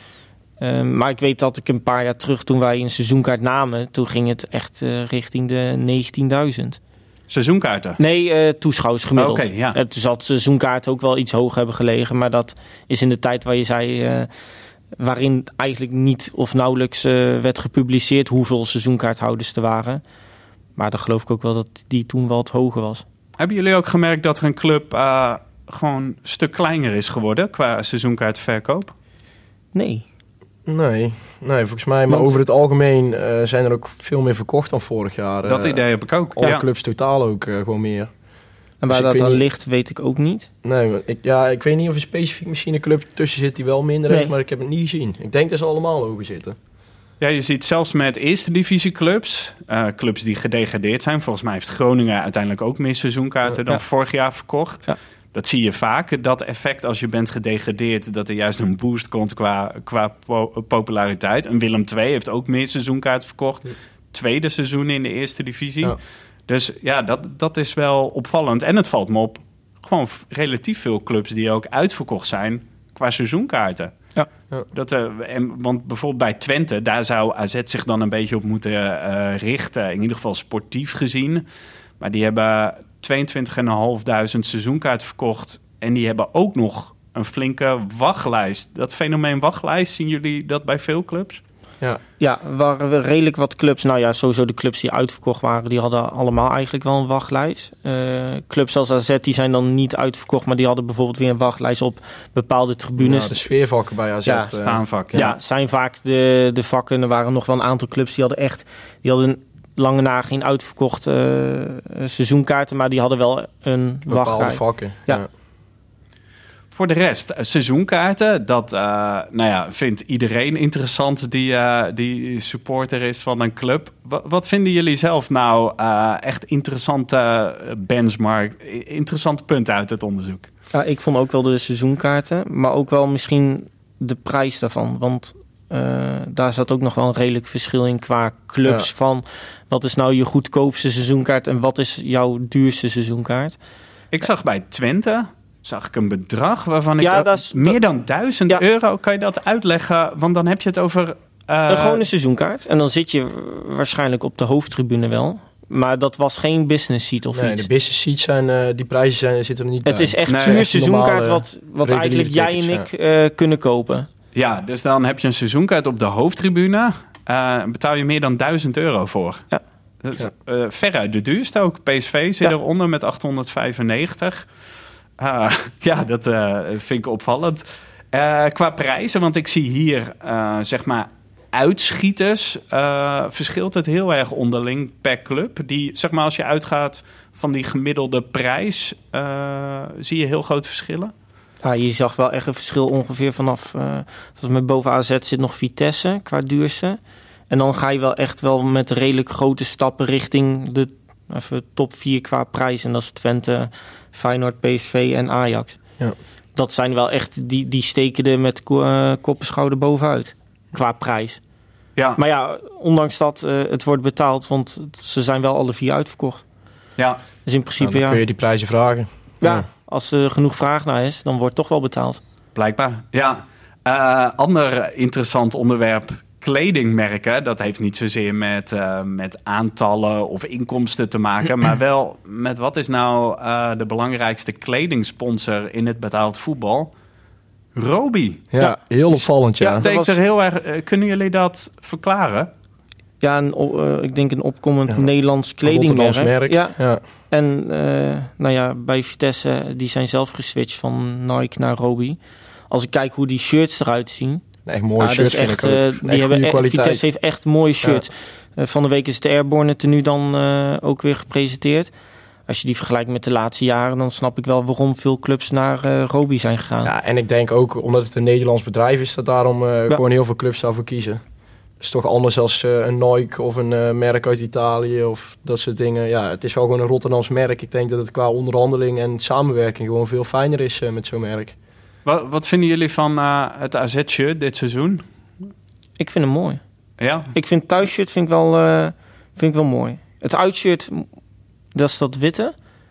Uh, maar ik weet dat ik een paar jaar terug, toen wij een seizoenkaart namen, toen ging het echt uh, richting de negentienduizend. Seizoenkaarten? Nee, uh, toeschouwers gemiddeld. Oh, okay, ja. Het zal seizoenkaarten ook wel iets hoger hebben gelegen, maar dat is in de tijd waar je zei, uh, waarin eigenlijk niet of nauwelijks uh, werd gepubliceerd hoeveel seizoenkaarthouders er waren. Maar dan geloof ik ook wel dat die toen wel wat hoger was. Hebben jullie ook gemerkt dat er een club uh, gewoon een stuk kleiner is geworden qua seizoenkaartverkoop? Nee. Nee, nee, volgens mij. Maar Want, over het algemeen uh, zijn er ook veel meer verkocht dan vorig jaar. Dat uh, idee heb ik ook. Alle ja. clubs totaal ook uh, gewoon meer. En waar dus dat dan niet ligt, weet ik ook niet. Nee, ik, ja, ik weet niet of er specifiek misschien een club tussen zit die wel minder nee. heeft, maar ik heb het niet gezien. Ik denk dat ze allemaal hoger zitten. Ja, je ziet zelfs met eerste divisieclubs, uh, clubs die gedegradeerd zijn. Volgens mij heeft Groningen uiteindelijk ook meer seizoenkaarten dan ja. vorig jaar verkocht. Ja. Dat zie je vaak, dat effect als je bent gedegradeerd, dat er juist een boost komt qua, qua po- populariteit. En Willem twee heeft ook meer seizoenkaarten verkocht. Ja. Tweede seizoen in de eerste divisie. Ja. Dus ja, dat, dat is wel opvallend. En het valt me op, gewoon relatief veel clubs die ook uitverkocht zijn qua seizoenkaarten. Ja. Ja. Dat, uh, en, want bijvoorbeeld bij Twente, daar zou A Z zich dan een beetje op moeten uh, richten. In ieder geval sportief gezien. Maar die hebben tweeëntwintigduizend vijfhonderd seizoenkaart verkocht. En die hebben ook nog een flinke wachtlijst. Dat fenomeen wachtlijst, zien jullie dat bij veel clubs? Ja, ja, waren redelijk wat clubs. Nou ja, sowieso de clubs die uitverkocht waren, die hadden allemaal eigenlijk wel een wachtlijst. Uh, clubs als A Z, die zijn dan niet uitverkocht, maar die hadden bijvoorbeeld weer een wachtlijst op bepaalde tribunes. Ja, de sfeervakken bij A Z. Ja, staanvakken. Ja, ja, zijn vaak de, de vakken. Er waren nog wel een aantal clubs die hadden echt, die hadden lange na geen uitverkochte uh, seizoenkaarten, maar die hadden wel een Bepaalde wachtrij. vakken. Ja. Ja. Voor de rest, seizoenkaarten, dat uh, nou ja, vindt iedereen interessant die, uh, die supporter is van een club. W- wat vinden jullie zelf nou uh, echt interessante benchmark, interessante punten uit het onderzoek? Ja, ik vond ook wel de seizoenkaarten, maar ook wel misschien de prijs daarvan. Want uh, daar zat ook nog wel een redelijk verschil in qua clubs. Ja. Van wat is nou je goedkoopste seizoenkaart en wat is jouw duurste seizoenkaart? Ik zag bij Twente, zag ik een bedrag waarvan ik... Ja, dat, dat is- meer dat- dan duizend Ja. euro, kan je dat uitleggen? Want dan heb je het over... Uh, Een gewone seizoenkaart. En dan zit je waarschijnlijk op de hoofdtribune wel. Maar dat was geen business seat of Nee, iets. de business seats zijn, uh, die prijzen zijn, zitten er niet bij. Het is echt Nee, puur echt seizoenkaart normale, wat, wat reguliere eigenlijk jij en tickets, ik uh, kunnen kopen. Ja, dus dan heb je een seizoenkaart op de hoofdtribune. Uh, betaal je meer dan duizend euro voor. Ja. Dat is Ja. uh, veruit de duurste ook. P S V zit Ja. eronder met achthonderdvijfennegentig. Uh, ja, dat uh, vind ik opvallend. Uh, qua prijzen, want ik zie hier uh, zeg maar uitschieters. Uh, verschilt het heel erg onderling per club. Die, zeg maar, als je uitgaat van die gemiddelde prijs, uh, zie je heel grote verschillen. Ja, je zag wel echt een verschil ongeveer vanaf... Uh, volgens mij boven A Z zit nog Vitesse qua duurste. En dan ga je wel echt wel met redelijk grote stappen richting de even top vier qua prijs. En dat is Twente, Feyenoord, P S V en Ajax. Ja. Dat zijn wel echt... Die, die steken er met uh, kop en schouder bovenuit. Qua prijs. Ja, Maar ja, ondanks dat uh, het wordt betaald, want ze zijn wel alle vier uitverkocht. ja. Dus in principe, Nou, dan ja, kun je die prijzen vragen. ja, Ja. als er genoeg vraag naar is, dan wordt toch wel betaald. Blijkbaar, ja. Uh, ander interessant onderwerp, kledingmerken. Dat heeft niet zozeer met, uh, met aantallen of inkomsten te maken, maar wel met wat is nou uh, de belangrijkste kledingsponsor in het betaald voetbal? Robi. Ja, Ja. heel opvallend, ja. Ja, dat denk was- er heel erg. Uh, kunnen jullie dat verklaren? Ja, een, op- uh, ik denk een opkomend Ja. Nederlands kledingmerk. Rotterdams merk. Ja, Ja. en uh, nou ja, bij Vitesse, die zijn zelf geswitcht van Nike naar Robi. Als ik kijk hoe die shirts eruit zien. Echt mooie ja, shirt dat is vind echt, ik ook. uh, Echt die goede hebben, e- kwaliteit. Vitesse heeft echt mooie shirts. Uh, van de week is het Airborne tenue dan uh, ook weer gepresenteerd. Als je die vergelijkt met de laatste jaren, dan snap ik wel waarom veel clubs naar uh, Robi zijn gegaan. Ja, en ik denk ook, omdat het een Nederlands bedrijf is, dat daarom uh, gewoon heel veel clubs daarvoor kiezen. Het is toch anders als uh, een Nike of een uh, merk uit Italië of dat soort dingen. Ja, het is wel gewoon een Rotterdams merk. Ik denk dat het qua onderhandeling en samenwerking gewoon veel fijner is uh, met zo'n merk. Wat, wat vinden jullie van uh, het A Z-shirt dit seizoen? Ik vind hem mooi. Ja, Ik vind het thuisshirt vind ik wel, uh, vind ik wel mooi. Het uitshirt, dat is dat witte.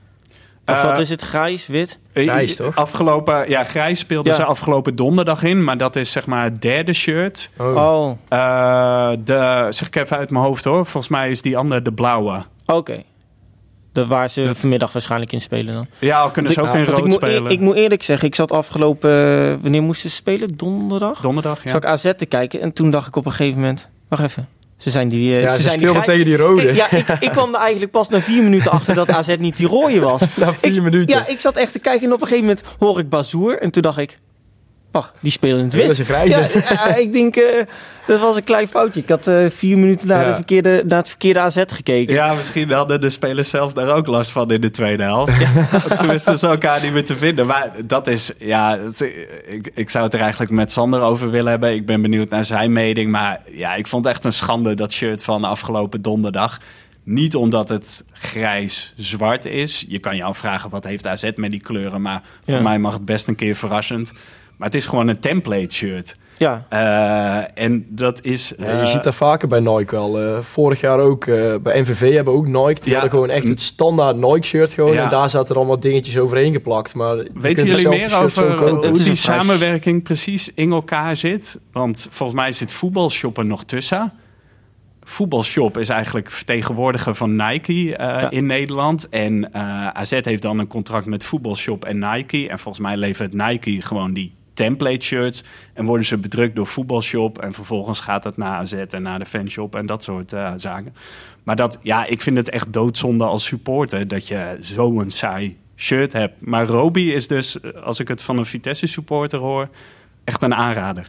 Of Uh, wat is het? Grijs, wit? Grijs, toch? Afgelopen, ja, grijs speelden Ja. ze afgelopen donderdag in, maar dat is zeg maar het derde shirt. Oh. Oh, Uh, de, zeg ik even uit mijn hoofd hoor. Volgens mij is die andere de blauwe. oké. Okay. Waar ze Dat- vanmiddag waarschijnlijk in spelen dan. Ja, al kunnen ze Want ook ik- in want rood ik moet, spelen. Ik, ik moet eerlijk zeggen, ik zat afgelopen... uh, wanneer moesten ze spelen? Donderdag? Donderdag, ja. Zat ik A Z te kijken en toen dacht ik op een gegeven moment... Wacht even. Ze zijn die... Uh, Ja, ze ze zijn die speelden grij- tegen die rode. Ik, ja, ik, ik kwam er eigenlijk pas na vier minuten achter dat A Z niet die rode was. Na vier ik, minuten. Ja, ik zat echt te kijken en op een gegeven moment hoor ik Bazoer. En toen dacht ik, wacht, die spelen in het Dat wit. is een grijze. Ja, ja, ik denk, uh, dat was een klein foutje. Ik had uh, vier minuten naar, Ja. de verkeerde, naar het verkeerde A Z gekeken. Ja, misschien hadden de spelers zelf daar ook last van in de tweede helft. Ja. Toen wisten ze elkaar niet meer te vinden. Maar dat is, ja, dat is- ik, ik zou het er eigenlijk met Sander over willen hebben. Ik ben benieuwd naar zijn mening. Maar ja, ik vond het echt een schande, dat shirt van afgelopen donderdag. Niet omdat het grijs-zwart is. Je kan je afvragen, wat heeft A Z met die kleuren? Maar Ja. voor mij mag het best een keer verrassend. Maar het is gewoon een template shirt. Ja, Uh, en dat is... Ja, je uh, ziet dat vaker bij Nike wel. Uh, vorig jaar ook uh, bij N V V hebben ook Nike. Die Ja. hadden gewoon echt het standaard Nike shirt gewoon. Ja. En daar zaten er allemaal dingetjes overheen geplakt. Maar je Weten kunt jullie hetzelfde meer shirt over zo kopen. hoe Het is die een vrij- samenwerking precies in elkaar zit? Want volgens mij zit voetbalshoppen nog tussen. Voetbalshop is eigenlijk vertegenwoordiger van Nike uh, Ja. in Nederland. En uh, A Z heeft dan een contract met voetbalshop en Nike. En volgens mij levert Nike gewoon die template shirts. En worden ze bedrukt door voetbalshop. En vervolgens gaat het naar A Z en naar de fanshop en dat soort uh, zaken. Maar dat, ja, ik vind het echt doodzonde als supporter dat je zo'n saai shirt hebt. Maar Robi is dus, als ik het van een Vitesse supporter hoor, echt een aanrader. ja.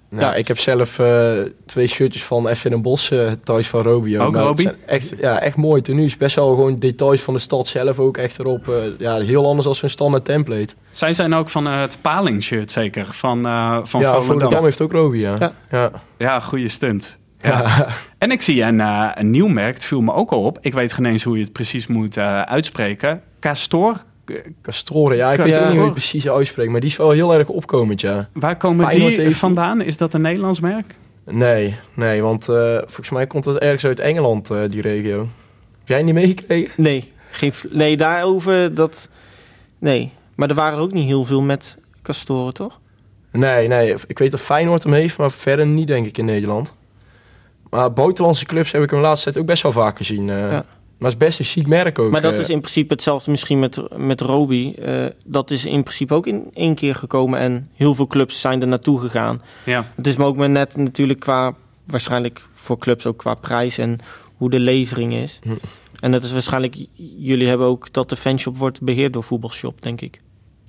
Nou, Ja. ik heb zelf uh, twee shirtjes van F C Den Bosch uh, thuis van Robio. Ook Maar Robbie? het zijn Echt, ja, echt mooi tenues. Best wel gewoon details van de stad zelf ook echt erop. Uh, ja, heel anders dan een standaard template. Zij zijn ook van uh, het Paling-shirt zeker, van, uh, van ja, Volendam. Volendam heeft ook Robio. Ja. Ja. Ja. Ja, goede stunt. Ja. Ja. En ik zie een, uh, een nieuw merk, het viel me ook al op. Ik weet geen eens hoe je het precies moet uh, uitspreken. Castor. Castoren, ja, ik weet Castor. niet hoe je het precies uitspreekt, maar die is wel heel erg opkomend, ja. Waar komen Feyenoord die heeft- vandaan? Is dat een Nederlands merk? Nee, nee, want uh, volgens mij komt het ergens uit Engeland, uh, die regio. Heb jij niet meegekregen? Nee, geen, v- nee, daarover dat... Nee, maar er waren ook niet heel veel met Castoren, toch? Nee, nee, ik weet dat Feyenoord hem heeft, maar verder niet, denk ik, in Nederland. Maar buitenlandse clubs heb ik hem de laatste tijd ook best wel vaak gezien. Uh, Ja. Maar het is best een chic merk ook. Maar dat uh, is in principe hetzelfde misschien met, met Roby. Uh, dat is in principe ook in één keer gekomen en heel veel clubs zijn er naartoe gegaan. Ja. Het is maar ook maar net natuurlijk qua, waarschijnlijk voor clubs ook qua prijs en hoe de levering is. Hm. En dat is waarschijnlijk, jullie hebben ook dat de fanshop wordt beheerd door Voetbalshop, denk ik.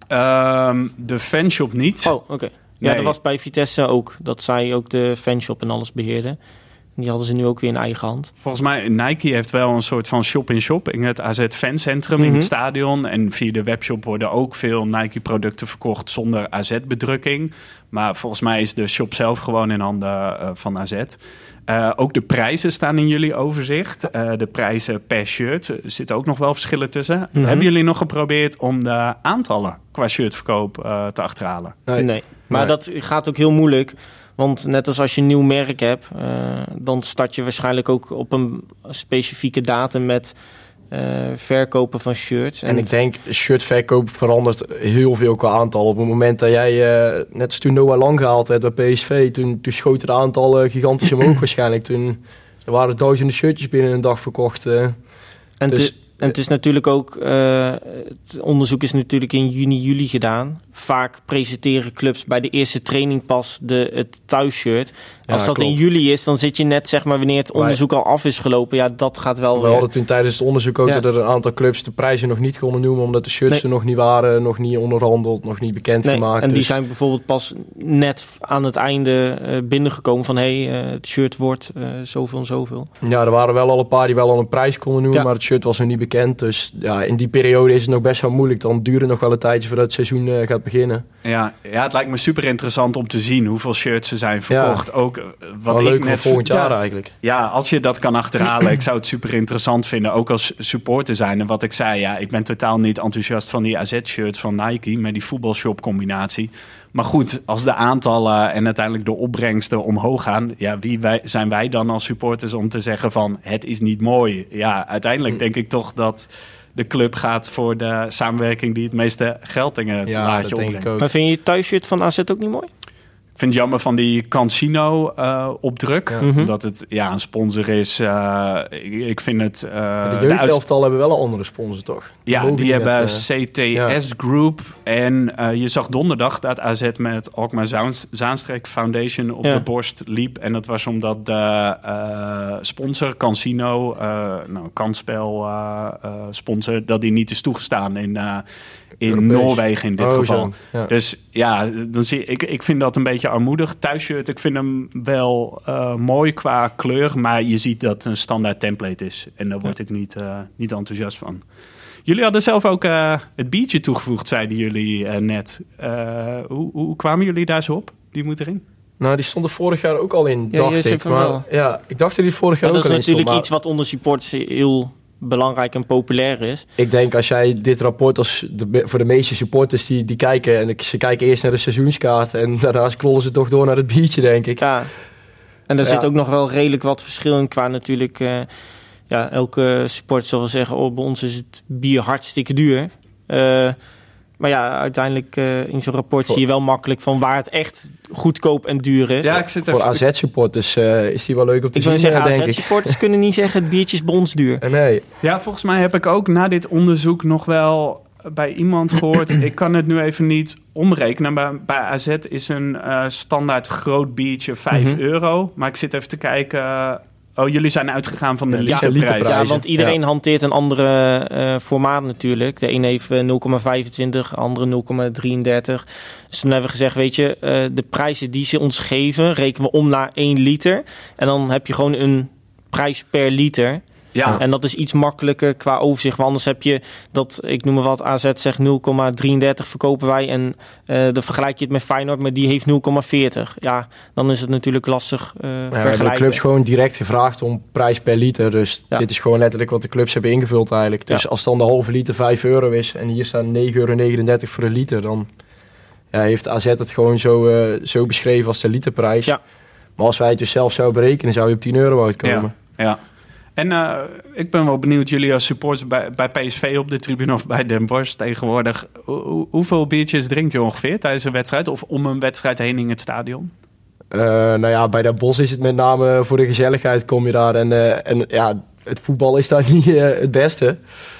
Um, de fanshop niet. Oh, oké. Okay. Ja, Nee. dat was bij Vitesse ook. Dat zij ook de fanshop en alles beheerden. Die hadden ze nu ook weer in eigen hand. Volgens mij, Nike heeft wel een soort van shop-in-shop in het A Z Fancentrum in Mhm. het stadion. En via de webshop worden ook veel Nike-producten verkocht zonder A Z-bedrukking. Maar volgens mij is de shop zelf gewoon in handen uh, van A Z. Uh, ook de prijzen staan in jullie overzicht. Uh, de prijzen per shirt. Er zitten ook nog wel verschillen tussen. Mhm. Hebben jullie nog geprobeerd om de aantallen qua shirtverkoop uh, te achterhalen? nee. Nee. Maar Nee. dat gaat ook heel moeilijk. Want net als als je een nieuw merk hebt, uh, dan start je waarschijnlijk ook op een specifieke datum met uh, verkopen van shirts. En ik denk, shirtverkoop verandert heel veel qua aantal. Op het moment dat jij, uh, net als toen Noah Lang gehaald werd bij P S V, toen, toen schoten de aantallen gigantisch omhoog waarschijnlijk. Toen er waren duizenden shirtjes binnen een dag verkocht. Uh. En, Dus- te- en het is natuurlijk ook, uh, het onderzoek is natuurlijk in juni, juli gedaan. Vaak presenteren clubs bij de eerste training pas de, het thuisshirt. Ja, Als dat klopt. in juli is, dan zit je net, zeg maar, wanneer het Wij- onderzoek al af is gelopen. Ja, dat gaat wel We weer. hadden toen tijdens het onderzoek ook Ja. dat er een aantal clubs de prijzen nog niet konden noemen, omdat de shirts Nee. er nog niet waren, nog niet onderhandeld, nog niet bekend Nee, gemaakt. en die Dus- zijn bijvoorbeeld pas net aan het einde uh, binnengekomen van hé, hey, uh, het shirt wordt uh, zoveel en zoveel. Ja, er waren wel al een paar die wel al een prijs konden noemen, Ja. maar het shirt was nog niet bekend. Dus ja, in die periode is het nog best wel moeilijk. Dan duurt het nog wel een tijdje voordat het seizoen uh, gaat beginnen. Ja, ja, het lijkt me super interessant om te zien hoeveel shirts er zijn verkocht. Ook uh, wat Wel ik leuk net voor volgend ja, jaar eigenlijk. Ja, als je dat kan achterhalen, ik zou het super interessant vinden, ook als supporter zijn. En wat ik zei, ja, ik ben totaal niet enthousiast van die A Z-shirts van Nike met die voetbalshop-combinatie. Maar goed, als de aantallen en uiteindelijk de opbrengsten omhoog gaan, ja, wie wij, zijn wij dan als supporters om te zeggen van het is niet mooi? Ja, uiteindelijk denk ik toch dat de club gaat voor de samenwerking die het meeste geld in het Ja, laadje dat denk opbrengt. ik ook. Maar vind je het thuisshirt van A Z ook niet mooi? Ik vind het jammer van die Cancino uh, opdruk. Ja. Mhm. Omdat het ja, een sponsor is. Uh, ik, ik vind het... Uh, de de jeugdelftal hebben wel een andere sponsor, toch? Ja, Mogen die niet hebben met, uh, C T S Group. En uh, je zag donderdag dat A Z met Alkmaar Zaans- Zaanstreek Foundation op Ja. de borst liep. En dat was omdat de uh, sponsor, Cancino, uh, nou, kansspel uh, uh, sponsor, dat die niet is toegestaan in, uh, in Europees. Noorwegen in dit Oh, geval. zo, ja. Dus ja, dan zie ik, ik vind dat een beetje armoedig. Thuisshirt, ik vind hem wel uh, mooi qua kleur, maar je ziet dat het een standaard template is. En daar word ik niet, uh, niet enthousiast van. Jullie hadden zelf ook uh, het biertje toegevoegd, zeiden jullie uh, net. Uh, hoe, hoe kwamen jullie daar zo op? Die moet erin? Nou, die stond er vorig jaar ook al in, Ja, dacht je zegt ik. van Maar, wel. ja, ik dacht dat die vorig jaar Maar ook dat al is in stond. natuurlijk Maar iets wat onder supporters heel belangrijk en populair is. ik denk als jij dit rapport als de, voor de meeste supporters die, die kijken, en ze kijken eerst naar de seizoenskaart en daarna klollen ze toch door naar het biertje, denk ik. Ja. En er Ja. zit ook nog wel redelijk wat verschil in qua natuurlijk... Uh, ja, elke supporter zal wel zeggen, oh, bij ons is het bier hartstikke duur. Uh, maar ja, uiteindelijk uh, in zo'n rapport Voor- zie je wel makkelijk van waar het echt goedkoop en duur is. Ja, ik zit Voor even... A Z-supporters uh, is die wel leuk om te Ik wil zien, zeggen, uh, denk ik. A Z-supporters kunnen niet zeggen, het biertje is bij ons duur. Uh, nee. Ja, volgens mij heb ik ook na dit onderzoek nog wel bij iemand gehoord. Ik kan het nu even niet omrekenen. Maar bij A Z is een uh, standaard groot biertje vijf Mhm. euro. Maar ik zit even te kijken. Uh, Oh, jullie zijn uitgegaan van de Ja, literprijs. literprijs. Ja, want iedereen Ja. hanteert een andere uh, formaat natuurlijk. De een heeft uh, nul komma vijfentwintig, de andere nul komma drieëndertig. Dus toen hebben we gezegd, weet je, uh, de prijzen die ze ons geven, rekenen we om naar één liter. En dan heb je gewoon een prijs per liter. Ja. En dat is iets makkelijker qua overzicht. Want anders heb je dat, ik noem maar wat, A Z zegt nul komma drieëndertig verkopen wij. En uh, dan vergelijk je het met Feyenoord, maar die heeft nul komma veertig. Ja, dan is het natuurlijk lastig uh, Ja, we vergelijken. hebben de clubs gewoon direct gevraagd om prijs per liter. Dus Ja. dit is gewoon letterlijk wat de clubs hebben ingevuld eigenlijk. Dus Ja. als dan de halve liter vijf euro is en hier staat negen euro negenendertig voor een liter, dan ja, heeft A Z het gewoon zo, uh, zo beschreven als de literprijs. Ja. Maar als wij het dus zelf zouden berekenen, zou je op tien euro uitkomen. Ja, ja. En uh, ik ben wel benieuwd, jullie als supporters bij, bij P S V op de tribune of bij Den Bosch tegenwoordig. Hoe, hoeveel biertjes drink je ongeveer tijdens een wedstrijd of om een wedstrijd heen in het stadion? Uh, nou ja, bij Den Bosch is het met name voor de gezelligheid kom je daar. En, uh, en ja, het voetbal is daar niet uh, het beste.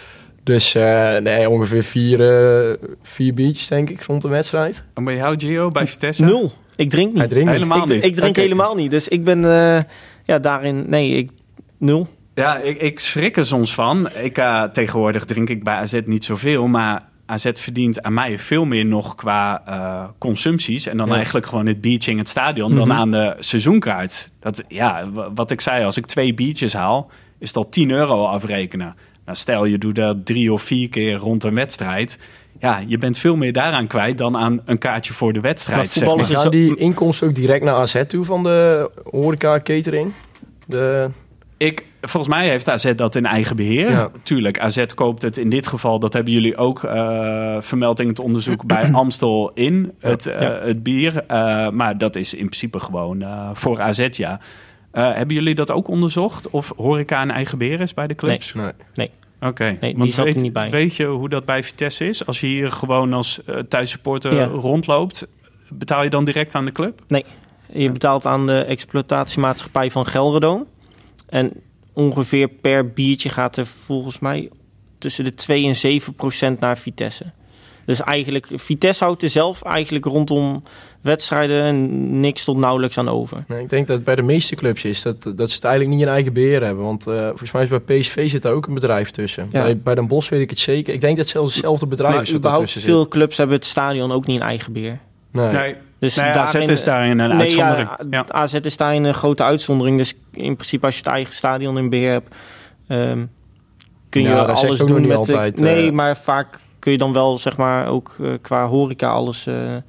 Dus uh, nee, ongeveer vier, uh, vier biertjes denk ik rond de wedstrijd. En bij jou, Gio, bij Vitesse? Nul. Ik drink niet. Hij drinkt niet. Helemaal ik, niet? Ik drink Okay. helemaal niet. Dus ik ben uh, ja, daarin... Nee, ik... Nul. Ja, ik, ik schrik er soms van. Ik, uh, tegenwoordig drink ik bij A Z niet zoveel, maar A Z verdient aan mij veel meer nog qua uh, consumpties. En dan ja. eigenlijk gewoon het biertje in het stadion Mm-hmm. dan aan de seizoenkaart. Dat, ja, wat ik zei, als ik twee biertjes haal, is het al tien euro afrekenen. Nou, stel je doet dat drie of vier keer rond een wedstrijd. Ja, je bent veel meer daaraan kwijt dan aan een kaartje voor de wedstrijd. Maar Zeg maar. voetballers Gaan die inkomsten ook direct naar A Z toe van de horeca catering? De... Ik, volgens mij heeft A Z dat in eigen beheer. Ja. Tuurlijk, A Z koopt het in dit geval, dat hebben jullie ook uh, vermeld in het onderzoek bij Amstel in, het, uh, Ja. het bier. Uh, maar dat is in principe gewoon uh, voor A Z, ja. Uh, hebben jullie dat ook onderzocht? Of horeca in eigen beheer is bij de clubs? Nee. Nee. Oké, okay. Nee, die Want zat er weet, niet bij. Weet je hoe dat bij Vitesse is? Als je hier gewoon als uh, thuissupporter Ja. rondloopt, betaal je dan direct aan de club? Nee. Je betaalt aan de exploitatiemaatschappij van Gelredome. En ongeveer per biertje gaat er volgens mij tussen de twee en zeven procent naar Vitesse. Dus eigenlijk, Vitesse houdt er zelf eigenlijk rondom wedstrijden niks tot nauwelijks aan over. Nee, ik denk dat het bij de meeste clubs is dat, dat ze het eigenlijk niet in eigen beheer hebben. Want uh, volgens mij is bij P S V zit daar ook een bedrijf tussen. Ja. Bij, bij Den Bosch weet ik het zeker. Ik denk dat het zelfs hetzelfde bedrijf Maar is wat überhaupt daartussen veel zit. clubs hebben het stadion ook niet in eigen beheer. Nee. Nee. Dus Nee, A Z is daarin een nee, uitzondering. Ja, Ja. A Z is daarin een grote uitzondering. Dus in principe als je het eigen stadion in beheer hebt, um, kun je Ja, dat zegt alles ook nog doen niet met... de- altijd, nee, uh, maar vaak kun je dan wel zeg maar ook uh, qua horeca alles uh, uh,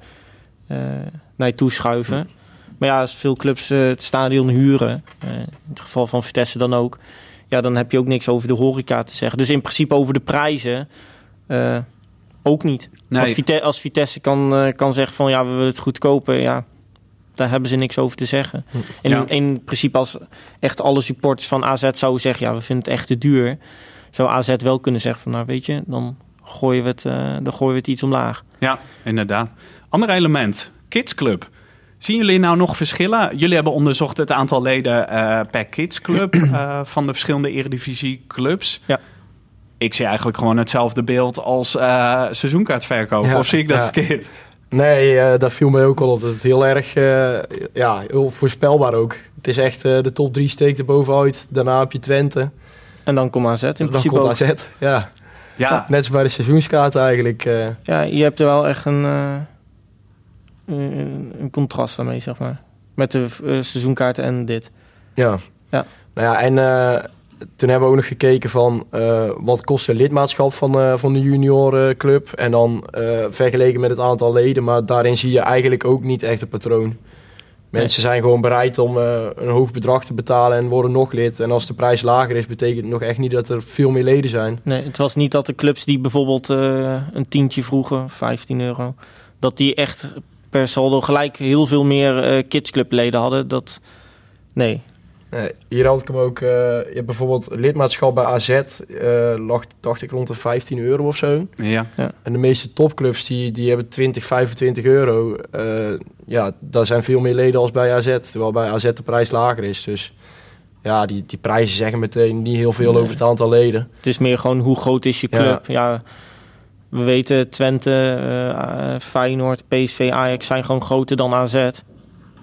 naar je toe schuiven. Hm. Maar ja, als veel clubs uh, het stadion huren, uh, in het geval van Vitesse dan ook, ja, dan heb je ook niks over de horeca te zeggen. Dus in principe over de prijzen uh, ook niet. Nee. Want Vitesse, als Vitesse kan, uh, kan zeggen van ja, we willen het goedkoper, ja, daar hebben ze niks over te zeggen. Hm. En Ja. in, in principe als echt alle supporters van A Z zouden zeggen, ja, we vinden het echt te duur, zou A Z wel kunnen zeggen van nou weet je, dan gooien we het, uh, dan gooien we het iets omlaag. Ja, inderdaad. Ander element, kidsclub. Zien jullie nou nog verschillen? Jullie hebben onderzocht het aantal leden uh, per kidsclub uh, van de verschillende eredivisieclubs. Ja. Ik zie eigenlijk gewoon hetzelfde beeld als uh, seizoenkaartverkoop. Ja, Of zie ik dat ja. verkeerd? Nee, uh, dat viel mij ook al op. Dat het heel erg, uh, ja, heel voorspelbaar ook. Het is echt uh, de top drie steekt er bovenuit. Daarna heb je Twente. En dan komt A Z in Dan principe komt ook. A Z. Ja. Ja, Net als bij de seizoenskaart eigenlijk. Uh, Ja, je hebt er wel echt een, uh, een, een contrast daarmee, zeg maar. Met de uh, seizoenkaarten en dit. ja. Ja. Nou ja, en uh, toen hebben we ook nog gekeken van uh, wat kost een lidmaatschap van, uh, van de juniorenclub. En dan uh, vergeleken met het aantal leden. Maar daarin zie je eigenlijk ook niet echt een patroon. Mensen zijn gewoon bereid om uh, een hoog bedrag te betalen en worden nog lid. En als de prijs lager is, betekent het nog echt niet dat er veel meer leden zijn. Nee, het was niet dat de clubs die bijvoorbeeld uh, een tientje vroegen, vijftien euro... dat die echt per saldo gelijk heel veel meer uh, kidsclubleden hadden. Dat, nee. Nee, hier had ik hem ook. Uh, je hebt bijvoorbeeld lidmaatschap bij A Z. Uh, lag, dacht ik, rond de vijftien euro of zo. ja. En de meeste topclubs die, die hebben twintig, vijfentwintig euro. Uh, ja, daar zijn veel meer leden als bij A Z. Terwijl bij A Z de prijs lager is. Dus ja, die, die prijzen zeggen meteen niet heel veel Nee. over het aantal leden. Het is meer gewoon hoe groot is je club. Ja, ja we weten Twente, uh, Feyenoord, P S V, Ajax zijn gewoon groter dan A Z.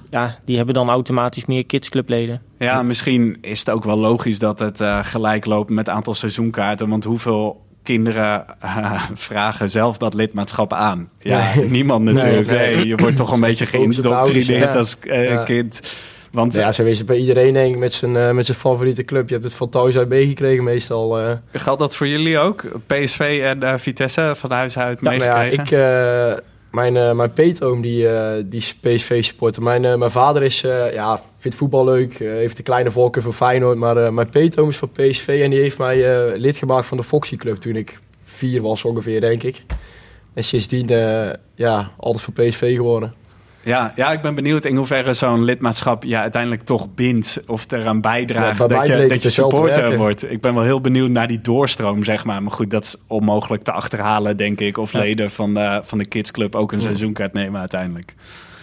ja, die hebben dan automatisch meer kidsclubleden. Ja, misschien is het ook wel logisch dat het uh, gelijk loopt met het aantal seizoenkaarten. Want hoeveel kinderen uh, vragen zelf dat lidmaatschap aan? Ja, nee. Niemand natuurlijk. Nee, nee. Nee, je wordt toch een beetje geïndoctrineerd ja. als uh, ja. kind. Want, ja, zo is het bij iedereen denk ik met zijn, uh, met zijn favoriete club. Je hebt het van thuis uit meegekregen meestal. Uh. Geldt dat voor jullie ook? P S V en uh, Vitesse van huis uit ja, meegekregen? Nou ja, ik... Uh, Mijn, uh, mijn peetoom, die, uh, die is P S V-supporter. Mijn, uh, mijn vader is, uh, ja, vindt voetbal leuk. Uh, heeft een kleine voorkeur voor Feyenoord. Maar uh, mijn peetoom is van P S V. En die heeft mij uh, lid gemaakt van de Foxy Club toen ik vier was ongeveer, denk ik. En sindsdien, uh, ja, altijd voor P S V geworden. Ja, ja, ik ben benieuwd in hoeverre zo'n lidmaatschap je ja, uiteindelijk toch bindt of eraan bijdraagt ja, dat je, dat je supporter wordt. Ik ben wel heel benieuwd naar die doorstroom, zeg maar. Maar goed, dat is onmogelijk te achterhalen, denk ik. Of ja. leden van de, van de kidsclub ook een ja. seizoenkaart nemen uiteindelijk.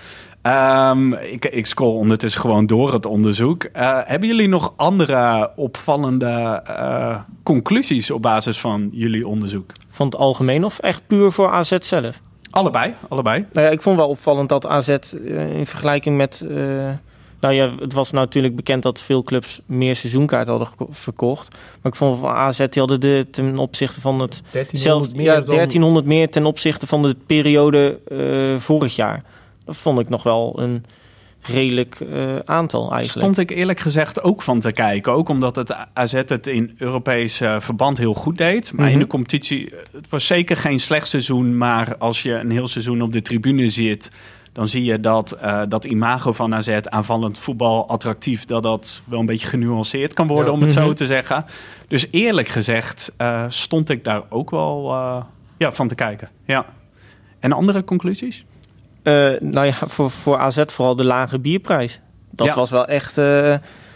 Um, ik, ik scroll ondertussen gewoon door het onderzoek. Uh, hebben jullie nog andere opvallende uh, conclusies op basis van jullie onderzoek? Van het algemeen of echt puur voor A Z zelf? Allebei, allebei. Nou ja, ik vond wel opvallend dat A Z uh, in vergelijking met... Uh, nou ja, het was natuurlijk bekend dat veel clubs meer seizoenkaart hadden geko- verkocht. Maar ik vond van A Z, die hadden de ten opzichte van het... dertienhonderd meer ja, dan... dertienhonderd meer ten opzichte van de periode uh, vorig jaar. Dat vond ik nog wel een redelijk uh, aantal eigenlijk. Stond ik eerlijk gezegd ook van te kijken. Ook omdat het A Z het in Europees uh, verband heel goed deed. Maar mm-hmm. in de competitie, het was zeker geen slecht seizoen. Maar als je een heel seizoen op de tribune zit, dan zie je dat uh, dat imago van A Z, aanvallend voetbal, attractief, dat dat wel een beetje genuanceerd kan worden, ja. om het mm-hmm. zo te zeggen. Dus eerlijk gezegd uh, stond ik daar ook wel uh, ja, van te kijken. Ja. En andere conclusies? Uh, nou ja, voor, voor A Z vooral de lage bierprijs. Dat ja. was wel echt uh,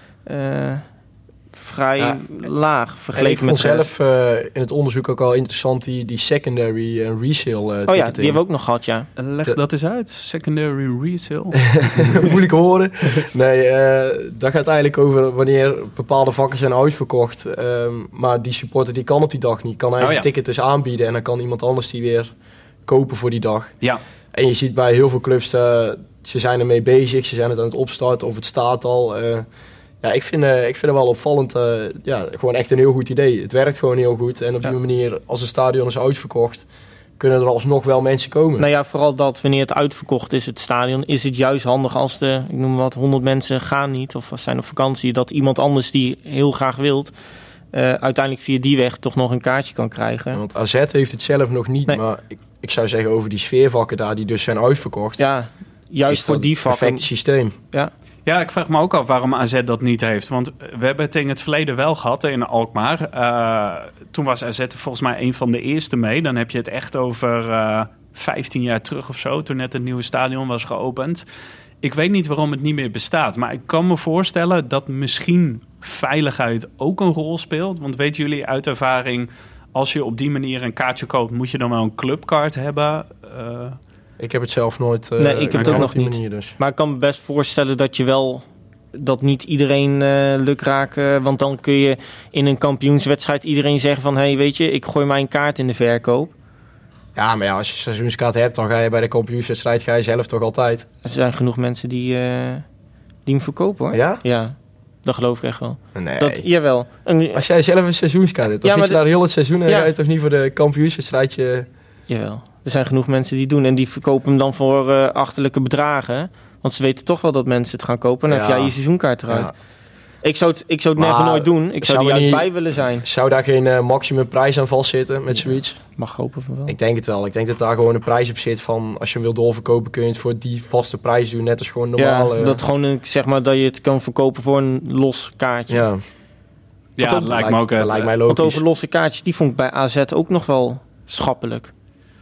uh, vrij ja. laag vergeleken met... Ik vond zelf uh, in het onderzoek ook al interessant die, die secondary en resale uh, ticketing. Oh ja, die hebben we ook nog gehad, ja. Leg de... dat eens uit, secondary resale. Moeilijk horen. Nee, uh, dat gaat eigenlijk over wanneer bepaalde vakken zijn uitverkocht. Um, maar die supporter die kan op die dag niet. Kan eigenlijk oh, ja. ticket dus aanbieden en dan kan iemand anders die weer kopen voor die dag. Ja. En je ziet bij heel veel clubs, uh, ze zijn ermee bezig, ze zijn het aan het opstarten of het staat al. Uh, ja, ik vind, uh, ik vind het wel opvallend. Uh, ja, gewoon echt een heel goed idee. Het werkt gewoon heel goed. En op die ja. manier, als een stadion is uitverkocht, kunnen er alsnog wel mensen komen. Nou ja, vooral dat wanneer het uitverkocht is, het stadion, is het juist handig als de, ik noem wat, honderd mensen gaan niet of zijn op vakantie, dat iemand anders die heel graag wilt, uh, uiteindelijk via die weg toch nog een kaartje kan krijgen. Ja, want A Z heeft het zelf nog niet, nee. maar ik, ik zou zeggen over die sfeervakken daar, die dus zijn uitverkocht. Ja, juist voor die vakken. Perfect systeem. Ja. Ja, ik vraag me ook af waarom A Z dat niet heeft. Want we hebben het in het verleden wel gehad in Alkmaar. Uh, toen was A Z volgens mij een van de eerste mee. Dan heb je het echt over uh, vijftien jaar terug of zo, toen net het nieuwe stadion was geopend. Ik weet niet waarom het niet meer bestaat. Maar ik kan me voorstellen dat misschien veiligheid ook een rol speelt. Want weten jullie uit ervaring, als je op die manier een kaartje koopt, moet je dan wel een clubkaart hebben? Uh, Ik heb het zelf nooit uh, nee, ik heb het ook nog niet. Manier dus. Maar ik kan me best voorstellen dat je wel dat niet iedereen uh, lukt raken. Want dan kun je in een kampioenswedstrijd iedereen zeggen van, hey, weet je, ik gooi mijn kaart in de verkoop. Ja, maar ja, als je seizoenskaart hebt, dan ga je bij de kampioenswedstrijd ga je zelf toch altijd. Er zijn genoeg mensen die, uh, die hem verkopen, hoor. Ja? Ja. Dat geloof ik echt wel. Nee. Dat, jawel. En, als jij zelf een seizoenskaart hebt, dan ja, zit je daar heel het seizoen en ja. ga je toch niet voor de kampioenswedstrijdje... Jawel. Er zijn genoeg mensen die doen. En die verkopen hem dan voor uh, achterlijke bedragen. Want ze weten toch wel dat mensen het gaan kopen. En dan ja. heb jij je seizoenkaart eruit. Ja. Ik zou het, ik zou het never nooit doen. Ik zou, zou er juist niet, bij willen zijn. Zou daar geen uh, maximum prijs aan vastzitten met zoiets? Mag hopen van wel. Ik denk het wel. Ik denk dat daar gewoon een prijs op zit van, als je hem wil doorverkopen, kun je het voor die vaste prijs doen. Net als gewoon normaal. Ja, dat gewoon een, zeg maar dat je het kan verkopen voor een los kaartje. Ja, ja dat lijkt me ook het. Lijkt mij logisch. Want over losse kaartjes, die vond ik bij A Z ook nog wel schappelijk.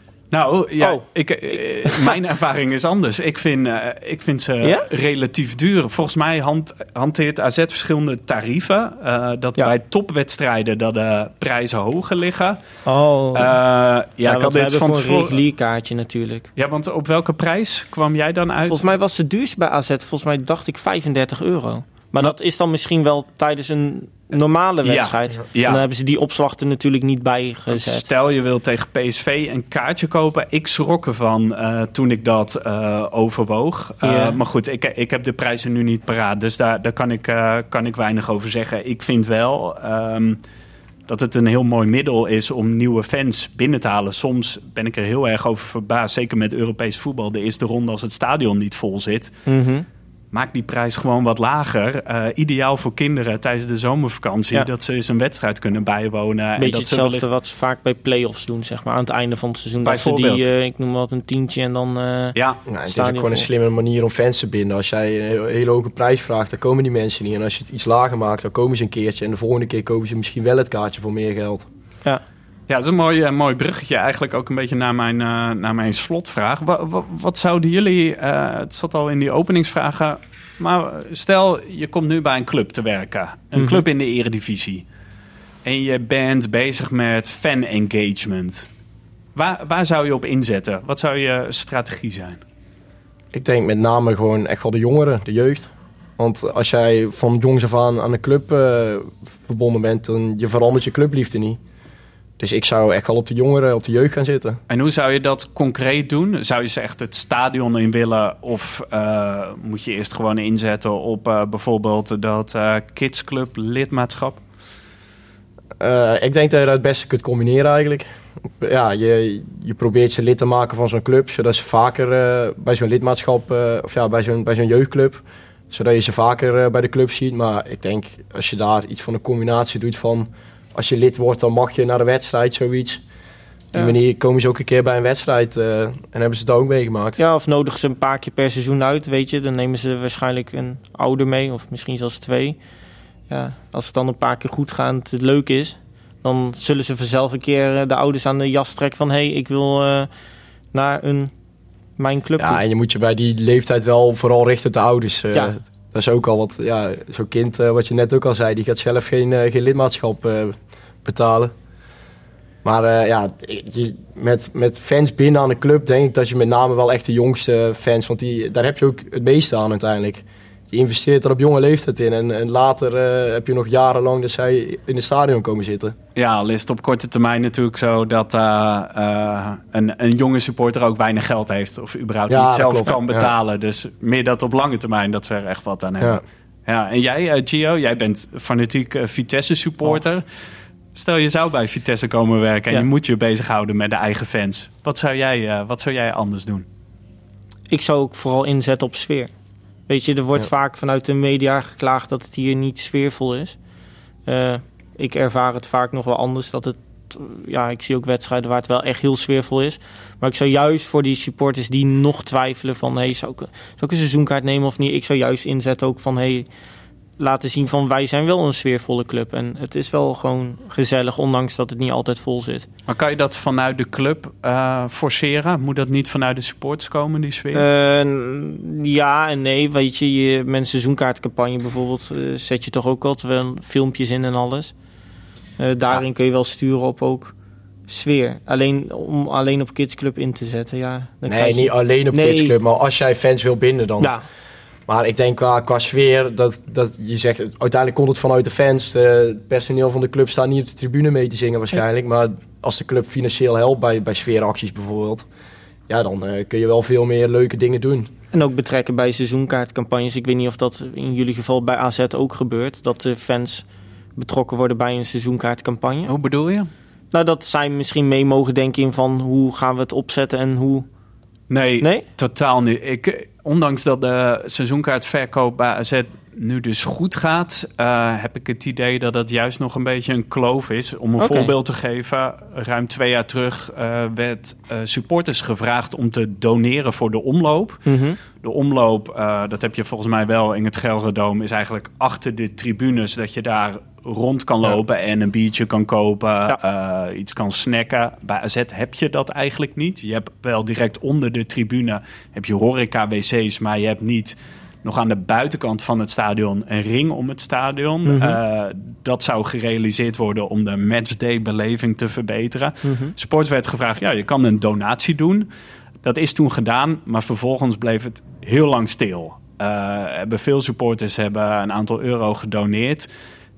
Nou, ja, oh. ik, uh, mijn ervaring is anders. Ik vind, uh, ik vind ze ja? relatief duur. Volgens mij hand, hanteert A Z verschillende tarieven. Uh, dat ja. bij topwedstrijden dat de prijzen hoger liggen. Oh, uh, ja, ja ik had dit van voor een regulier kaartje natuurlijk. Ja, want op welke prijs kwam jij dan uit? Volgens mij was het duurst bij A Z. Volgens mij dacht ik vijfendertig euro. Maar ja. dat is dan misschien wel tijdens een normale wedstrijd. Ja, ja. En dan hebben ze die opslag er natuurlijk niet bij gezet. Stel je wilt tegen P S V een kaartje kopen. Ik schrok ervan uh, toen ik dat uh, overwoog. Uh, yeah. Maar goed, ik, ik heb de prijzen nu niet paraat. Dus daar, daar kan, ik, uh, kan ik weinig over zeggen. Ik vind wel um, dat het een heel mooi middel is om nieuwe fans binnen te halen. Soms ben ik er heel erg over verbaasd. Zeker met Europees voetbal. De eerste ronde als het stadion niet vol zit. Mm-hmm. Maak die prijs gewoon wat lager. Uh, ideaal voor kinderen tijdens de zomervakantie. Ja. Dat ze eens een wedstrijd kunnen bijwonen. Beetje en dat hetzelfde wellicht... wat ze vaak bij play-offs doen, zeg maar. Aan het einde van het seizoen. Dat ze Bijvoorbeeld. die, uh, ik noem wat, een tientje en dan... Uh, ja, ja het is ook gewoon een slimme manier om fans te binden. Als jij een hele hoge prijs vraagt, dan komen die mensen niet. En als je het iets lager maakt, dan komen ze een keertje. En de volgende keer kopen ze misschien wel het kaartje voor meer geld. Ja. Ja, dat is een mooi, uh, mooi bruggetje. Eigenlijk ook een beetje naar mijn, uh, naar mijn slotvraag. Wat, wat, wat zouden jullie... Uh, het zat al in die openingsvragen... Maar stel, je komt nu bij een club te werken. Een mm-hmm. club in de Eredivisie. En je bent bezig met fan engagement. Waar, waar zou je op inzetten? Wat zou je strategie zijn? Ik denk met name gewoon echt wel de jongeren, de jeugd. Want als jij van jongs af aan aan de club uh, verbonden bent... dan je verandert je clubliefde niet. Dus ik zou echt wel op de jongeren, op de jeugd gaan zitten. En hoe zou je dat concreet doen? Zou je ze echt het stadion in willen? Of uh, moet je eerst gewoon inzetten op uh, bijvoorbeeld dat uh, kidsclub lidmaatschap? Uh, ik denk dat je dat het beste kunt combineren eigenlijk. Ja, je, je probeert ze lid te maken van zo'n club... zodat ze vaker uh, bij zo'n lidmaatschap... Uh, of ja, bij zo'n, bij zo'n jeugdclub... zodat je ze vaker uh, bij de club ziet. Maar ik denk, als je daar iets van een combinatie doet van... als je lid wordt, dan mag je naar de wedstrijd, zoiets. Op die ja. manier komen ze ook een keer bij een wedstrijd uh, en hebben ze het ook meegemaakt. Ja, of nodigen ze een paar keer per seizoen uit, weet je. Dan nemen ze waarschijnlijk een ouder mee, of misschien zelfs twee. Ja, als het dan een paar keer goed gaat en het leuk is... dan zullen ze vanzelf een keer de ouders aan de jas trekken van... hé, hey, ik wil uh, naar een, mijn club Ja, toe. En je moet je bij die leeftijd wel vooral richten op de ouders. Uh, ja. Dat is ook al wat, ja, zo'n kind, uh, wat je net ook al zei... die gaat zelf geen, uh, geen lidmaatschap uh, betalen. Maar uh, ja, je, met, met fans binnen aan de club denk ik dat je met name wel echt de jongste fans... want die, daar heb je ook het meeste aan uiteindelijk. Je investeert er op jonge leeftijd in en, en later uh, heb je nog jarenlang dat zij in het stadion komen zitten. Ja, al is het op korte termijn natuurlijk zo dat uh, uh, een, een jonge supporter ook weinig geld heeft... of überhaupt ja, niet zelf klopt. kan betalen. Ja. Dus meer dat op lange termijn dat ze er echt wat aan hebben. Ja. Ja, en jij, uh, Gio, jij bent fanatiek uh, Vitesse-supporter... Oh. Stel, je zou bij Vitesse komen werken en ja. je moet je bezighouden met de eigen fans. Wat zou jij, uh, wat zou jij anders doen? Ik zou ook vooral inzetten op sfeer. Weet je, er wordt ja. vaak vanuit de media geklaagd dat het hier niet sfeervol is. Uh, ik ervaar het vaak nog wel anders. Dat het, ja, ik zie ook wedstrijden waar het wel echt heel sfeervol is. Maar ik zou juist voor die supporters die nog twijfelen van... Hey, zou, ik, zou ik een seizoenkaart nemen of niet? Ik zou juist inzetten ook van... Hey, laten zien van wij zijn wel een sfeervolle club. En het is wel gewoon gezellig, ondanks dat het niet altijd vol zit. Maar kan je dat vanuit de club uh, forceren? Moet dat niet vanuit de supporters komen, die sfeer? Uh, ja en nee. Weet je, je met een seizoenkaartcampagne bijvoorbeeld... Uh, zet je toch ook altijd wel filmpjes in en alles. Uh, daarin ja. kun je wel sturen op ook sfeer. Alleen om alleen op Kidsclub in te zetten, ja. Dan nee, je... niet alleen op nee. Kidsclub, maar als jij fans wil binden dan... Ja. Maar ik denk qua, qua sfeer, dat, dat je zegt... uiteindelijk komt het vanuit de fans. De, het personeel van de club staat niet op de tribune mee te zingen waarschijnlijk. Maar als de club financieel helpt bij, bij sfeeracties bijvoorbeeld... ja, dan uh, kun je wel veel meer leuke dingen doen. En ook betrekken bij seizoenkaartcampagnes. Ik weet niet of dat in jullie geval bij A Z ook gebeurt. Dat de fans betrokken worden bij een seizoenkaartcampagne. Hoe bedoel je? Nou, dat zij misschien mee mogen denken in van... hoe gaan we het opzetten en hoe... Nee, nee? totaal niet. Ik, ondanks dat de seizoenkaartverkoop bij A Z nu dus goed gaat... Uh, heb ik het idee dat het juist nog een beetje een kloof is. Om een okay. voorbeeld te geven. Ruim twee jaar terug uh, werd uh, supporters gevraagd om te doneren voor de omloop. Mm-hmm. De omloop, uh, dat heb je volgens mij wel in het Gelredome... is eigenlijk achter de tribunes dat je daar rond kan lopen... Ja. en een biertje kan kopen, ja. uh, iets kan snacken. Bij A Z heb je dat eigenlijk niet. Je hebt wel direct onder de tribune heb je horeca-wc's... maar je hebt niet nog aan de buitenkant van het stadion een ring om het stadion. Mm-hmm. Uh, dat zou gerealiseerd worden om de matchday-beleving te verbeteren. Mm-hmm. Sport werd gevraagd, ja, je kan een donatie doen... Dat is toen gedaan, maar vervolgens bleef het heel lang stil. Uh, hebben veel supporters hebben een aantal euro gedoneerd.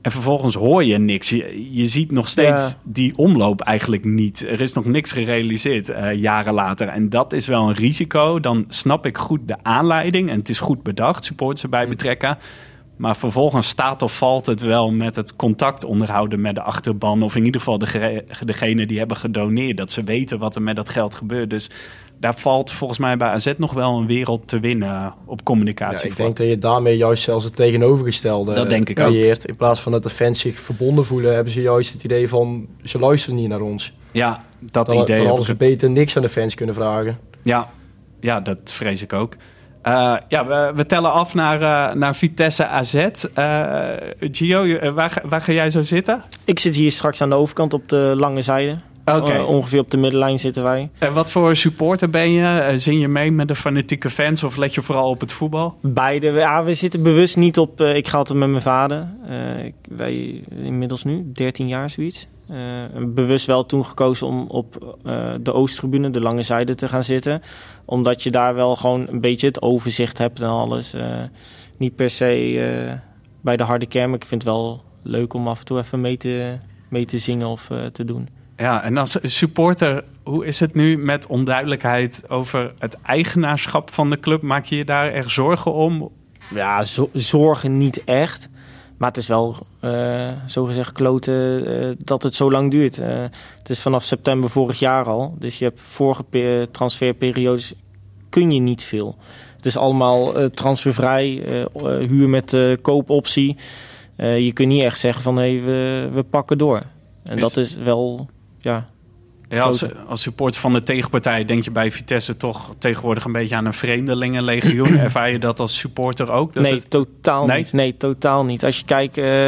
En vervolgens hoor je niks. Je, je ziet nog steeds Ja. die omloop eigenlijk niet. Er is nog niks gerealiseerd uh, jaren later. En dat is wel een risico. Dan snap ik goed de aanleiding. En het is goed bedacht, supporters erbij betrekken. Maar vervolgens staat of valt het wel met het contact onderhouden met de achterban. Of in ieder geval de, degene die hebben gedoneerd. Dat ze weten wat er met dat geld gebeurt. Dus daar valt volgens mij bij A Z nog wel een wereld te winnen op communicatie. Ja, ik denk dat je daarmee juist zelfs het tegenovergestelde Dat denk ik creëert. In plaats van dat de fans zich verbonden voelen, hebben ze juist het idee van, ze luisteren niet naar ons. Ja, dat Dan, idee. dan hadden ze ik... beter niks aan de fans kunnen vragen. Ja, ja, dat vrees ik ook. Uh, ja, we, we tellen af naar, uh, naar Vitesse A Z. Uh, Gio, waar, waar ga jij zo zitten? Ik zit hier straks aan de overkant op de lange zijde. Okay. Uh, ongeveer op de middenlijn zitten wij. En wat voor supporter ben je? Uh, zing je mee met de fanatieke fans of let je vooral op het voetbal? Beide. Ja, we zitten bewust niet op... Uh, ik ga altijd met mijn vader. Uh, ik, wij inmiddels nu, dertien jaar zoiets. Uh, bewust wel toen gekozen om op uh, de Oosttribune, de lange zijde, te gaan zitten. Omdat je daar wel gewoon een beetje het overzicht hebt en alles. Uh, niet per se uh, bij de harde kern, maar ik vind het wel leuk om af en toe even mee te, mee te zingen of uh, te doen. Ja, en als supporter, hoe is het nu met onduidelijkheid over het eigenaarschap van de club? Maak je je daar echt zorgen om? Ja, zo- zorgen niet echt. Maar het is wel, uh, zogezegd, kloten uh, dat het zo lang duurt. Uh, het is vanaf september vorig jaar al. Dus je hebt vorige pe- transferperiodes kun je niet veel. Het is allemaal uh, transfervrij, uh, uh, huur met uh, koopoptie. Uh, je kunt niet echt zeggen van, hé, hey, we, we pakken door. En Is- dat is wel, ja... Ja, als, als supporter van de tegenpartij denk je bij Vitesse toch tegenwoordig een beetje aan een vreemdelingenlegioen. Ervaar je dat als supporter ook? Dat nee, het... totaal Nee? niet. Nee, totaal niet. Als je kijkt, uh,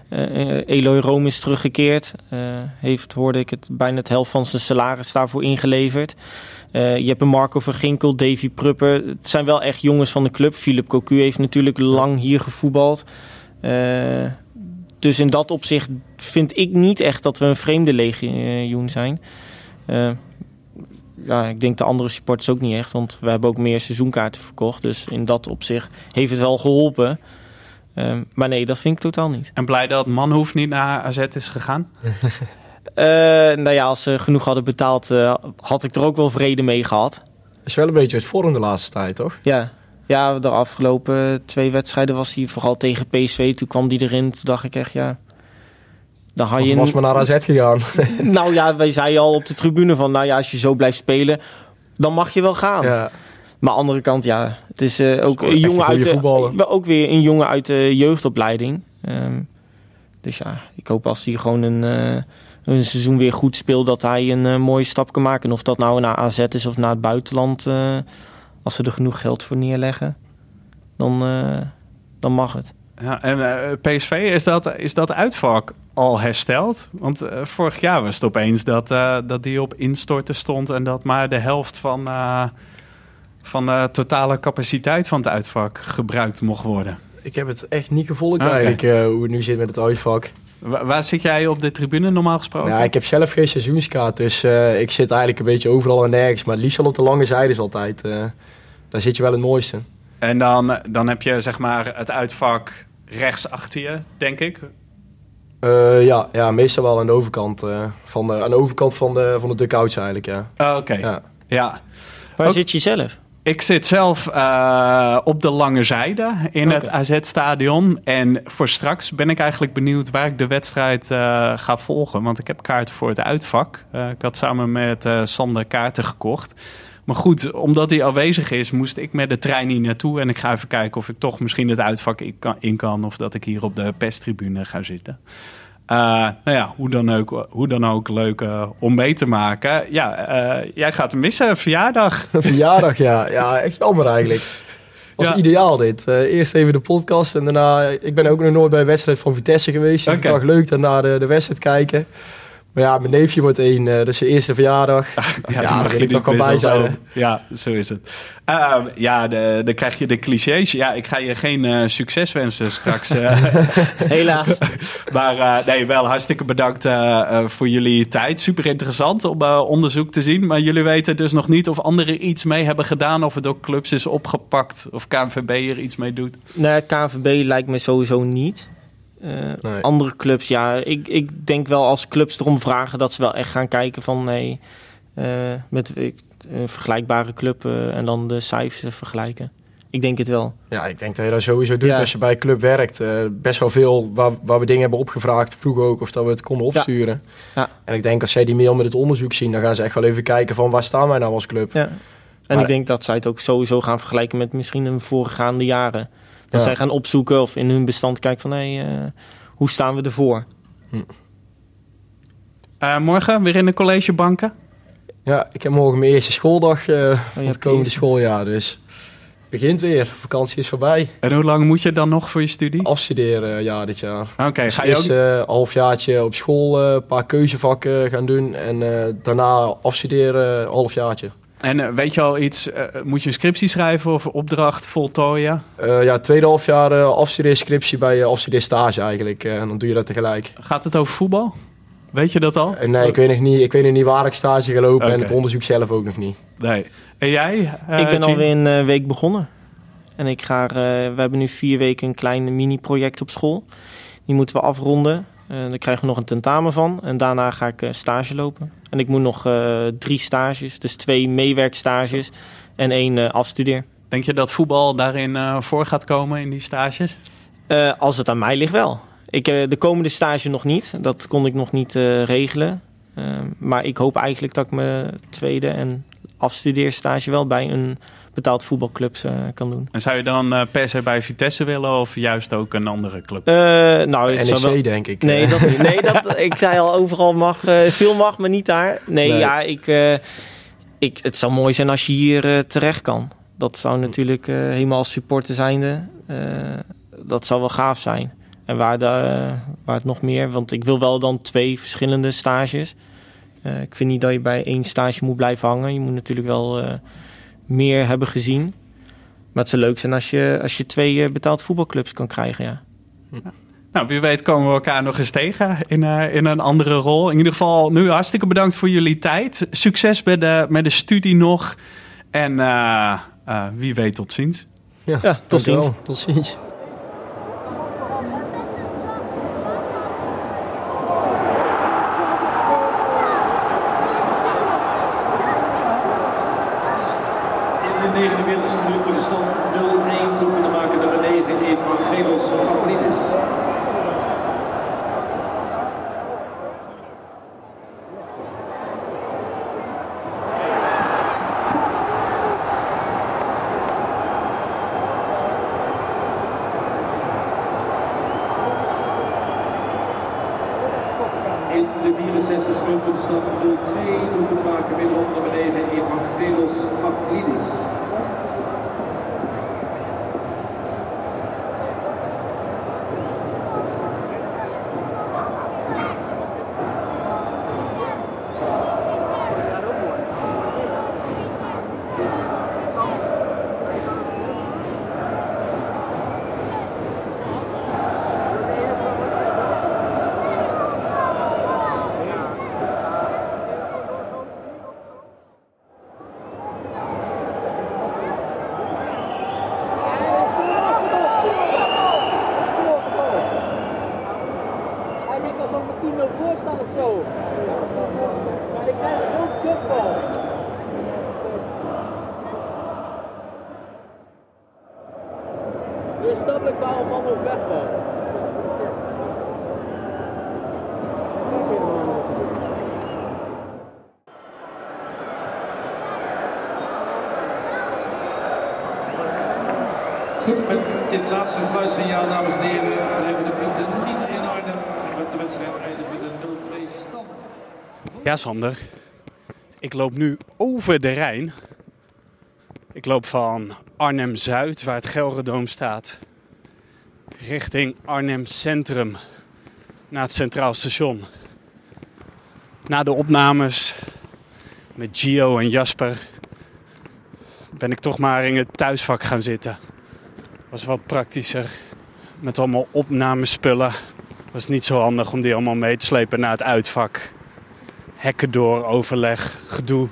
uh, Eloy Room is teruggekeerd. Uh, heeft, hoorde ik het, bijna het helft van zijn salaris daarvoor ingeleverd. Uh, je hebt een Marco van Ginkel, Davy Prupper. Het zijn wel echt jongens van de club. Philip Cocu heeft natuurlijk lang hier gevoetbald. Uh, dus in dat opzicht vind ik niet echt dat we een vreemde legioen zijn. Uh, ja, ik denk de andere supporters ook niet echt, want we hebben ook meer seizoenkaarten verkocht. Dus in dat opzicht heeft het wel geholpen. Uh, maar nee, dat vind ik totaal niet. En blij dat Manhoef niet naar A Z is gegaan? Uh, nou ja, als ze genoeg hadden betaald, uh, had ik er ook wel vrede mee gehad. Is wel een beetje het vorm de laatste tijd, toch? Ja, ja, de afgelopen twee wedstrijden was hij vooral tegen P S V. Toen kwam hij erin, toen dacht ik echt, ja... Dan had Of je was maar naar A Z gegaan? Nou ja, wij zeiden al op de tribune van... nou ja, als je zo blijft spelen, dan mag je wel gaan. Ja. Maar aan de andere kant, ja, het is uh, ook, een echt jongen een uit goede de, voetballer. ook weer een jongen uit de jeugdopleiding. Um, dus ja, ik hoop als hij gewoon een, uh, een seizoen weer goed speelt... dat hij een uh, mooie stap kan maken. En of dat nou naar A Z is of naar het buitenland... Uh, als ze er genoeg geld voor neerleggen, dan, uh, dan mag het. Ja, en uh, P S V, is dat, is dat uitvak al hersteld? Want uh, vorig jaar was het opeens dat, uh, dat die op instorten stond... en dat maar de helft van, uh, van de totale capaciteit van het uitvak gebruikt mocht worden. Ik heb het echt niet gevolgd Okay. eigenlijk, uh, hoe het nu zit met het uitvak. Wa- waar zit jij op de tribune normaal gesproken? Ja, ik heb zelf geen seizoenskaart, dus uh, ik zit eigenlijk een beetje overal en nergens. Maar het liefst wel op de lange zijdes altijd. Uh, daar zit je wel het mooiste. En dan, dan heb je zeg maar het uitvak rechts achter je, denk ik. Uh, ja, ja, meestal wel aan de overkant, uh, van de, aan de, overkant van de, van de dugouts eigenlijk, ja. Oh, Oké, okay. ja. ja. Waar Ook, zit je zelf? Ik zit zelf uh, op de lange zijde in okay. het A Z-stadion. En voor straks ben ik eigenlijk benieuwd waar ik de wedstrijd uh, ga volgen. Want ik heb kaarten voor het uitvak. Uh, ik had samen met uh, Sander kaarten gekocht. Maar goed, omdat hij afwezig is, moest ik met de trein hier naartoe. En ik ga even kijken of ik toch misschien het uitvak in kan, in kan of dat ik hier op de perstribune ga zitten. Uh, nou ja, hoe dan ook, hoe dan ook leuk uh, om mee te maken. Ja, uh, jij gaat hem missen, verjaardag. Een verjaardag, ja. Ja, echt jammer eigenlijk. Was ja. ideaal dit. Uh, eerst even de podcast en daarna... Ik ben ook nog nooit bij een wedstrijd van Vitesse geweest. Dus okay. Ik dacht leuk daarna de, de wedstrijd kijken. Maar ja, mijn neefje wordt één, uh, dus zijn eerste verjaardag. Ja, ja daar wil ik toch wel bij zijn. Ja, zo is het. Uh, ja, de, dan krijg je de clichés. Ja, ik ga je geen uh, succes wensen straks. Uh. Helaas. Maar uh, nee, wel hartstikke bedankt uh, uh, voor jullie tijd. Super interessant om uh, onderzoek te zien. Maar jullie weten dus nog niet of anderen iets mee hebben gedaan. Of het door clubs is opgepakt. Of K N V B er iets mee doet. Nee, K N V B lijkt me sowieso niet. Uh, Nee. Andere clubs, ja, ik, ik denk wel als clubs erom vragen dat ze wel echt gaan kijken van nee, uh, met een vergelijkbare club uh, en dan de cijfers vergelijken. Ik denk het wel. Ja, ik denk dat je dat sowieso doet Ja. als je bij een club werkt. Uh, best wel veel waar, waar we dingen hebben opgevraagd, vroeger ook, of dat we het konden opsturen. Ja. Ja. En ik denk als zij die mail met het onderzoek zien, dan gaan ze echt wel even kijken van waar staan wij nou als club. Ja. En Maar, ik denk dat zij het ook sowieso gaan vergelijken met misschien hun voorgaande jaren. Dat Ja. zij gaan opzoeken of in hun bestand kijken van hé, hey, uh, hoe staan we ervoor? Hm. Uh, morgen weer in de collegebanken? Ja, ik heb morgen mijn eerste schooldag uh, van het hebt komende eerste. schooljaar. Dus begint weer. Vakantie is voorbij. En hoe lang moet je dan nog voor je studie? Afstuderen uh, ja, dit jaar. Oké, okay, Dus ga je ook... eerst een uh, halfjaartje op school uh, een paar keuzevakken gaan doen. En uh, daarna afstuderen een halfjaartje. En uh, weet je al iets, uh, moet je een scriptie schrijven of een opdracht voltooien? Uh, ja, tweede halfjaar uh, afstudeerscriptie bij uh, afstudeerstage eigenlijk. Uh, en dan doe je dat tegelijk. Gaat het over voetbal? Weet je dat al? Uh, nee, ik weet, nog niet, ik weet nog niet waar ik stage ga lopen. Okay. En het onderzoek zelf ook nog niet. Nee. En jij? Uh, ik ben Jean? alweer een uh, week begonnen. En ik ga, uh, we hebben nu vier weken een klein mini-project op school. Die moeten we afronden. Uh, daar krijgen we nog een tentamen van. En daarna ga ik uh, stage lopen. En ik moet nog uh, drie stages. Dus twee meewerkstages en één uh, afstudeer. Denk je dat voetbal daarin uh, voor gaat komen in die stages? Uh, als het aan mij ligt wel. Ik, uh, de komende stage nog niet. Dat kon ik nog niet uh, regelen. Uh, maar ik hoop eigenlijk dat ik mijn tweede en afstudeerstage wel bij een betaald voetbalclub uh, kan doen. En zou je dan uh, per se bij Vitesse willen of juist ook een andere club? Uh, nou, N E C wel... denk ik. Nee, dat niet. Nee, dat, ik zei al overal mag, uh, veel mag, maar niet daar. Nee, nee. ja, ik, uh, ik, het zou mooi zijn als je hier uh, terecht kan. Dat zou natuurlijk uh, helemaal als supporter zijnde, uh, dat zou wel gaaf zijn. En waar, de, uh, waar het nog meer, want ik wil wel dan twee verschillende stages. Uh, ik vind niet dat je bij één stage moet blijven hangen. Je moet natuurlijk wel uh, meer hebben gezien. Maar het zou leuk zijn als je, als je twee uh, betaald voetbalclubs kan krijgen, ja. ja. Nou, wie weet komen we elkaar nog eens tegen in, uh, in een andere rol. In ieder geval nu hartstikke bedankt voor jullie tijd. Succes met de, met de studie nog. En uh, uh, wie weet tot ziens. Ja, ja tot ziens. Tot ziens. negenenveertigste minuut de stand nul-één. Doelpunt te maken nummer negen, Evangelos Pavlidis. In de vierenzestigste minuut de stand nul-twee. Doelpunt te maken wederom nummer negen, Evangelos Pavlidis. Dus snap ik waarom Manu weg wil. Goed, met dit laatste fluitsignaal, dames en heren, hebben we de punten niet in Arnhem. En met de wedstrijd eindigen we de nul-twee stand. Ja, Sander. Ik loop nu over de Rijn. Ik loop van Arnhem-Zuid, waar het Gelredome staat, richting Arnhem Centrum, naar het Centraal Station. Na de opnames met Gio en Jasper ben ik toch maar in het thuisvak gaan zitten. Was wat praktischer, met allemaal opnamespullen. Was niet zo handig om die allemaal mee te slepen naar het uitvak. Hekken door, overleg, gedoe.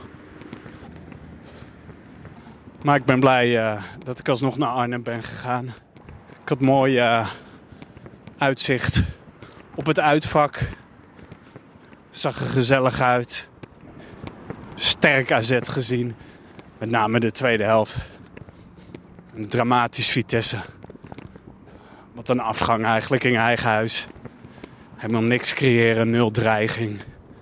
Maar ik ben blij uh, dat ik alsnog naar Arnhem ben gegaan. Ik had mooi uh, Uitzicht op het uitvak. Zag er gezellig uit. Sterk A Z gezien. Met name de tweede helft. Een dramatisch Vitesse. Wat een afgang eigenlijk in eigen huis. Helemaal niks creëren, nul dreiging.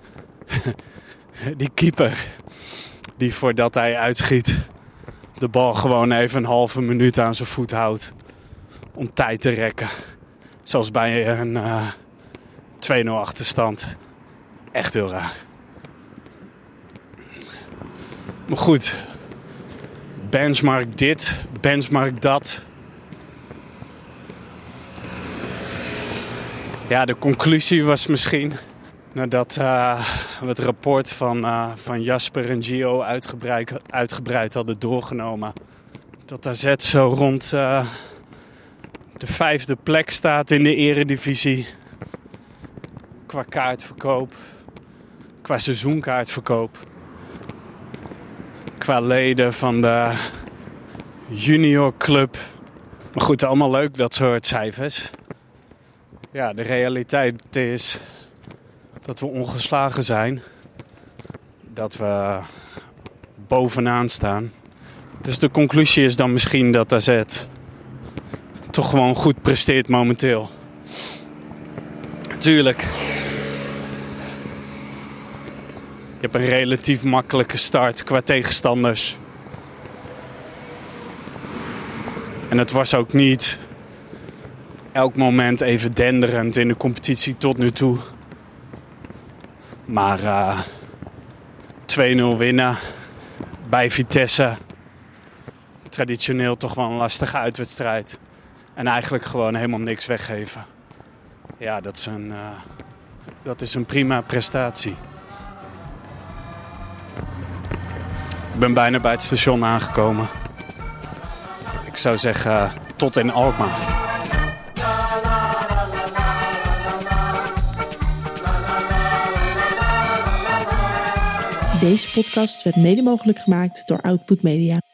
Die keeper, die voordat hij uitschiet, de bal gewoon even een halve minuut aan zijn voet houdt. Om tijd te rekken. Zoals bij een uh, twee nul achterstand. Echt heel raar. Maar goed. Benchmark dit, benchmark dat. Ja, de conclusie was misschien, nadat uh, we het rapport van, uh, van Jasper en Gio uitgebreid, uitgebreid hadden doorgenomen, dat A Z zo rond uh, de vijfde plek staat in de eredivisie. Qua kaartverkoop, qua seizoenkaartverkoop, qua leden van de juniorclub. Maar goed, allemaal leuk dat soort cijfers. Ja, de realiteit is dat we ongeslagen zijn. Dat we bovenaan staan. Dus de conclusie is dan misschien dat A Z toch gewoon goed presteert momenteel. Tuurlijk. Je hebt een relatief makkelijke start qua tegenstanders. En het was ook niet elk moment even denderend in de competitie tot nu toe. Maar uh, twee nul winnen bij Vitesse. Traditioneel toch wel een lastige uitwedstrijd. En eigenlijk gewoon helemaal niks weggeven. Ja, dat is een, uh, dat is een prima prestatie. Ik ben bijna bij het station aangekomen. Ik zou zeggen, uh, tot in Alkmaar. Deze podcast werd mede mogelijk gemaakt door Output Media.